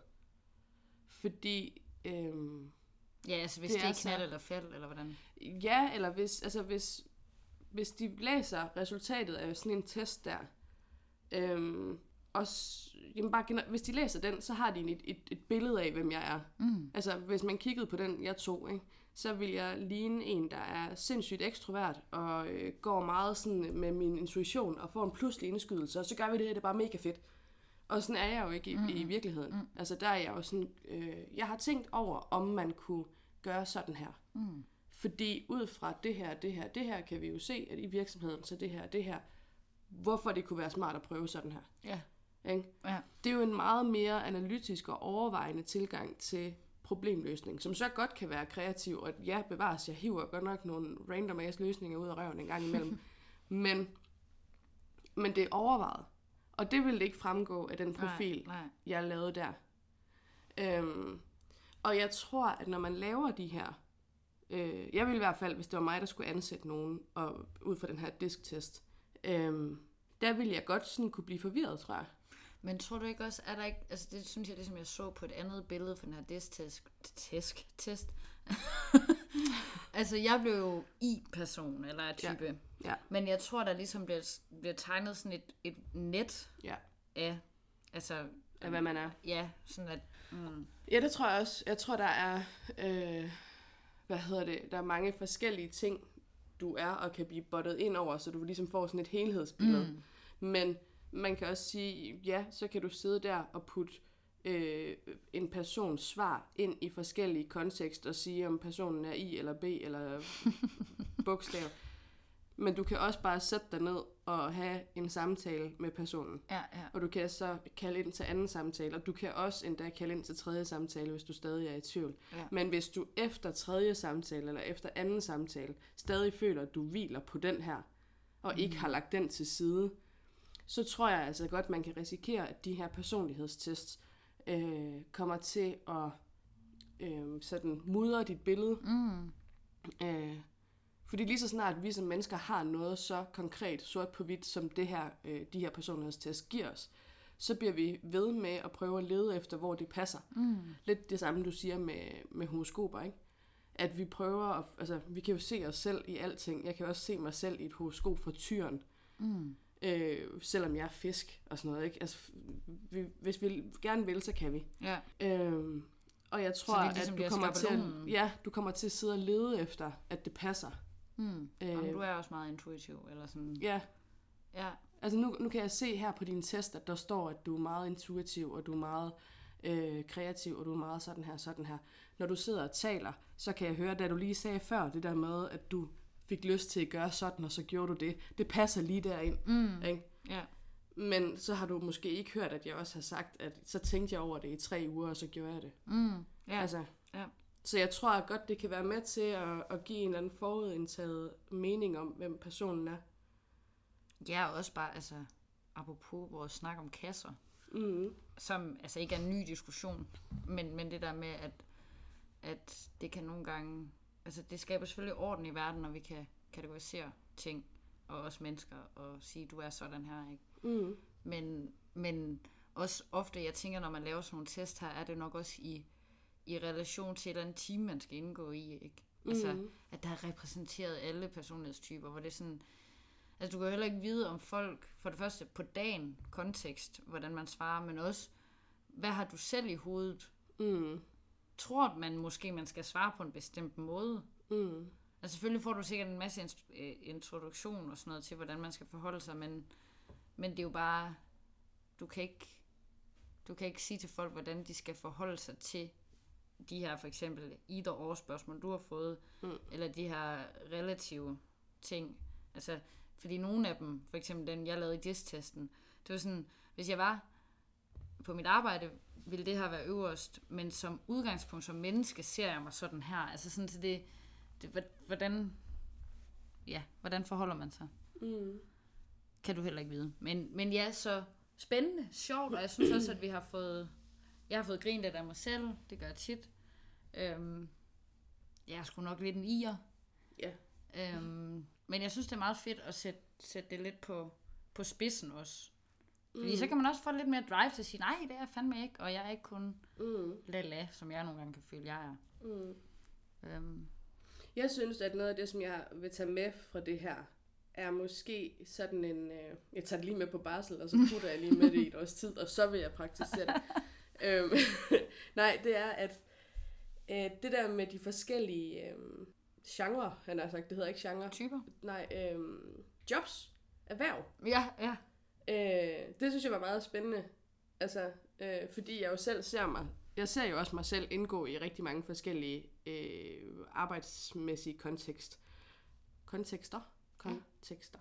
Fordi øhm, ja, altså hvis det, det er knald eller fald, eller hvordan? Ja, eller hvis, altså hvis, hvis de læser resultatet af sådan en test der, øhm, og jamen bare, hvis de læser den, så har de et, et, et billede af, hvem jeg er. Mm. Altså hvis man kiggede på den, jeg tog, ikke, så vil jeg ligne en, der er sindssygt ekstrovert, og øh, går meget sådan med min intuition, og får en pludselig indskydelse, og så gør vi det, det er bare mega fedt. Og sådan er jeg jo ikke i, mm. i virkeligheden. Mm. Altså der er jeg jo sådan, øh, jeg har tænkt over, om man kunne gøre sådan her. Mm. Fordi ud fra det her, det her, det her, kan vi jo se, at i virksomheden, så det her, det her, hvorfor det kunne være smart at prøve sådan her. Ja. Ikke? Ja. Det er jo en meget mere analytisk og overvejende tilgang til problemløsning, som så godt kan være kreativ, og ja, bevares, jeg hiver godt nok nogle random ass løsninger ud af røven en gang imellem. men, men det er overvejet. Og det ville ikke fremgå af den profil, nej, nej. jeg lavede der. Øhm, og jeg tror, at når man laver de her, øh, jeg ville i hvert fald, hvis det var mig, der skulle ansætte nogen, og ud fra den her disktest, øh, der ville jeg godt sådan kunne blive forvirret, tror jeg. Men tror du ikke også, er der ikke, altså det synes jeg, det som jeg så på et andet billede for den her disk-test, test, test. Altså jeg blev jo I-person, eller type, ja. Ja. Men jeg tror, der ligesom bliver, bliver tegnet sådan et, et net ja. af, altså... Af hvad man er. Ja, sådan at... Mm. Ja, det tror jeg også. Jeg tror, der er, øh, hvad hedder det, der er mange forskellige ting, du er og kan blive bottet ind over, så du ligesom får sådan et helhedsbillede. Mm. Men man kan også sige, ja, så kan du sidde der og putte øh, en persons svar ind i forskellige kontekster og sige, om personen er I eller B eller bogstav. Men du kan også bare sætte dig ned og have en samtale med personen. Ja, ja. Og du kan så kalde ind til anden samtale, og du kan også endda kalde ind til tredje samtale, hvis du stadig er i tvivl. Ja. Men hvis du efter tredje samtale eller efter anden samtale stadig føler, at du hviler på den her, og mm. ikke har lagt den til side, så tror jeg altså godt, man kan risikere, at de her personlighedstests øh, kommer til at øh, sådan mudre dit billede. Mm. Øh, Fordi lige så snart vi som mennesker har noget så konkret, sort på hvidt, som det her, øh, de her personlighedstest giver os, så bliver vi ved med at prøve at lede efter, hvor det passer. Mm. Lidt det samme, du siger med, med horoskoper, ikke? At vi prøver, at, altså vi kan jo se os selv i alting. Jeg kan også se mig selv i et horoskop fra tyren, Mm. øh, selvom jeg er fisk og sådan noget, ikke? Altså, vi, hvis vi gerne vil, så kan vi. Ja. Øh, og jeg tror, det ligesom, at du kommer, til at, ja, du kommer til at sidde og lede efter, at det passer. Mm. Øh, Jamen, du er også meget intuitiv, eller sådan. Ja. Ja. Altså nu, nu kan jeg se her på din test, at der står, at du er meget intuitiv, og du er meget øh, kreativ, og du er meget sådan her, sådan her. Når du sidder og taler, så kan jeg høre, da du lige sagde før, det der med, at du fik lyst til at gøre sådan, og så gjorde du det. Det passer lige derind. Mm. Ikke? Ja. Men så har du måske ikke hørt, at jeg også har sagt, at så tænkte jeg over det i tre uger, og så gjorde jeg det. Mm. Ja. Altså, ja. Så jeg tror at godt, det kan være med til at, at give en eller anden forudindtaget mening om, hvem personen er. Ja, og også bare, altså, apropos vores snak om kasser, Mm. som altså ikke er en ny diskussion, men, men det der med, at, at det kan nogle gange, altså det skaber selvfølgelig orden i verden, når vi kan kategorisere ting, og også mennesker, og sige, du er sådan her, ikke? Mm. Men, men også ofte, jeg tænker, når man laver sådan nogle test her, er det nok også i, i relation til et eller andet team, man skal indgå i, ikke? Altså, Mm. at der er repræsenteret alle personlighedstyper, hvor det er sådan, altså du kan jo heller ikke vide om folk, for det første på dagen, kontekst, hvordan man svarer, men også, hvad har du selv i hovedet? Mm. Tror man måske, man skal svare på en bestemt måde? Mm. Altså selvfølgelig får du sikkert en masse inst- introduktion og sådan noget til, hvordan man skal forholde sig, men, men det er jo bare, du kan ikke, du kan ikke sige til folk, hvordan de skal forholde sig til de her for eksempel either-or spørgsmål, du har fået, Mm. eller de her relative ting. Altså, fordi nogle af dem, for eksempel den, jeg lavede i D I S-testen, det var sådan, hvis jeg var på mit arbejde, ville det her være øverst, men som udgangspunkt som menneske ser jeg mig sådan her. Altså sådan, så det, det hvordan, ja, hvordan forholder man sig? Mm. Kan du heller ikke vide. Men, men ja, så spændende, sjovt, og jeg synes også, at vi har fået, jeg har fået grint lidt af mig selv, det gør jeg tit. Øhm, jeg er sgu nok lidt en ier. Ja. Øhm, men jeg synes, det er meget fedt at sætte, sætte det lidt på, på spidsen også. Fordi Mm. så kan man også få lidt mere drive til at sige, nej, det er jeg fandme ikke, og jeg er ikke kun Mm. lala, som jeg nogle gange kan føle, jeg er. Mm. Øhm, Jeg synes, at noget af det, som jeg vil tage med fra det her, er måske sådan en... Øh, jeg tager det lige med på barsel, og så putter jeg lige med det i et års tid, og så vil jeg praktisere det. øhm, nej, det er, at øh, det der med de forskellige øh, genrer, han har sagt, det hedder ikke genre. typer? Nej, øh, jobs, erhverv. Ja, ja. Øh, det synes jeg var meget spændende. Altså, øh, fordi jeg jo selv ser mig... Jeg ser jo også mig selv indgå i rigtig mange forskellige øh, arbejdsmæssige kontekst. Kontekster? Kontekster.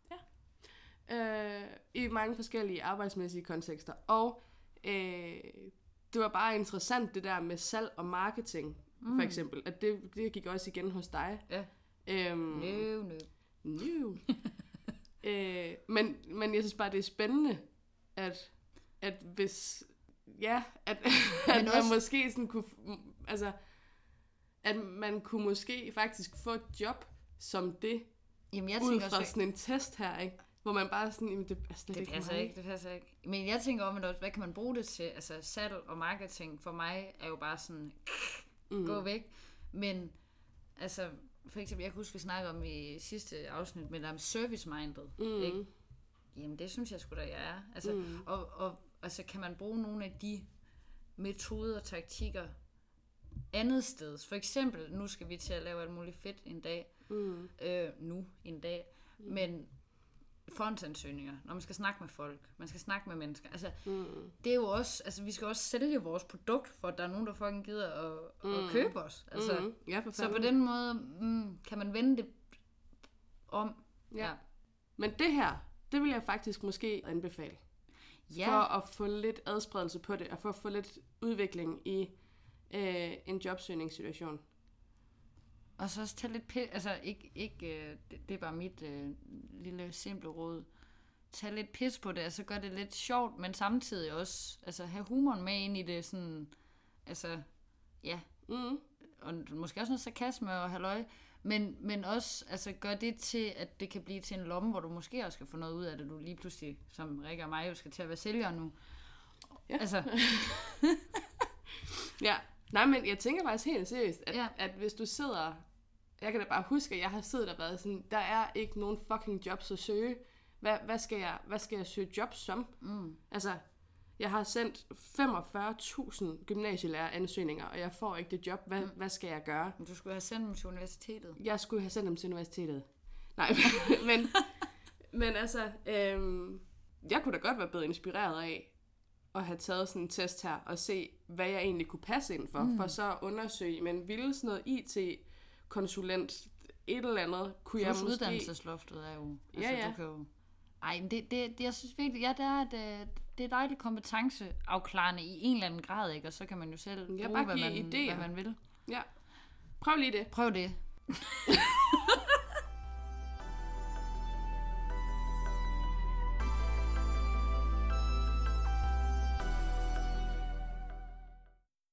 Ja. Øh, I mange forskellige arbejdsmæssige kontekster. Og øh, det var bare interessant det der med salg og marketing, mm. for eksempel. At det, det gik også igen hos dig. Ja. Øhm, No, no. no. øh, men, men jeg synes bare, det er spændende, at, at hvis... Ja, at, at man også... måske sådan kunne... Altså, at man kunne måske faktisk få et job som det, Jamen, jeg ud tænker fra også... sådan en test her, ikke? hvor man bare sådan, jamen, det er slet det ikke passer mig. ikke, det passer ikke. Men jeg tænker om, også, hvad kan man bruge det til? Altså salg og marketing for mig er jo bare sådan, mm. gå væk. Men altså, for eksempel, jeg kan huske, vi snakkede om i sidste afsnit med om service-minded, Mm. ikke? Jamen, det synes jeg sgu da, jeg er. Altså, mm. og, og altså, kan man bruge nogle af de metoder og taktikker andet sted? For eksempel, nu skal vi til at lave alt muligt fedt en dag. Mm. Øh, nu en dag. Mm. Men fondsansøgninger, når man skal snakke med folk, man skal snakke med mennesker. Altså, mm. det er jo også, altså, vi skal også sælge vores produkt, for at der er nogen, der fucking gider at, mm. at købe os. Altså, mm. ja, for så på den måde mm, kan man vende det om. Ja. ja. Men det her, det vil jeg faktisk måske anbefale. Ja. For at få lidt adspredelse på det, og for at få lidt udvikling i øh, en jobsøgningssituation. Og så også tage lidt pis, altså ikke, ikke øh, det, det er bare mit øh, lille simple råd. Tag lidt pis på det, altså gør det lidt sjovt, men samtidig også, altså have humoren med ind i det, sådan, altså, ja. Mm. Og måske også noget sarkasme og halløj, men, men også, altså gør det til, at det kan blive til en lomme, hvor du måske også skal få noget ud af det, du lige pludselig, som Rikke og mig jo skal til at være sælger nu. Ja. Altså. Ja, nej, men jeg tænker faktisk helt seriøst, at, ja. at hvis du sidder, jeg kan da bare huske, at jeg har siddet og været sådan, der er ikke nogen fucking jobs at søge. Hvad, hvad, skal, jeg, hvad skal jeg søge jobs som? Mm. Altså, jeg har sendt femogfyrre tusind gymnasielærer-ansøgninger, og jeg får ikke det job. Hvad, mm. hvad skal jeg gøre? Du skulle have sendt dem til universitetet. Jeg skulle have sendt dem til universitetet. Nej, men, men altså, øhm, jeg kunne da godt være blevet inspireret af at have taget sådan en test her, og se, hvad jeg egentlig kunne passe ind for, mm. for så at undersøge, men ville sådan noget I T-konsulent, et eller andet, kunne Plus jeg måske... uddannelsesloftet er jo... Altså, ja, ja. Du kan jo... Ej, men det, det, det, jeg synes virkelig, ja, det er, det, det er dejligt kompetenceafklarende i en eller anden grad, ikke? Og så kan man jo selv bruge, hvad man, hvad man vil. Ja, prøv lige det. Prøv det.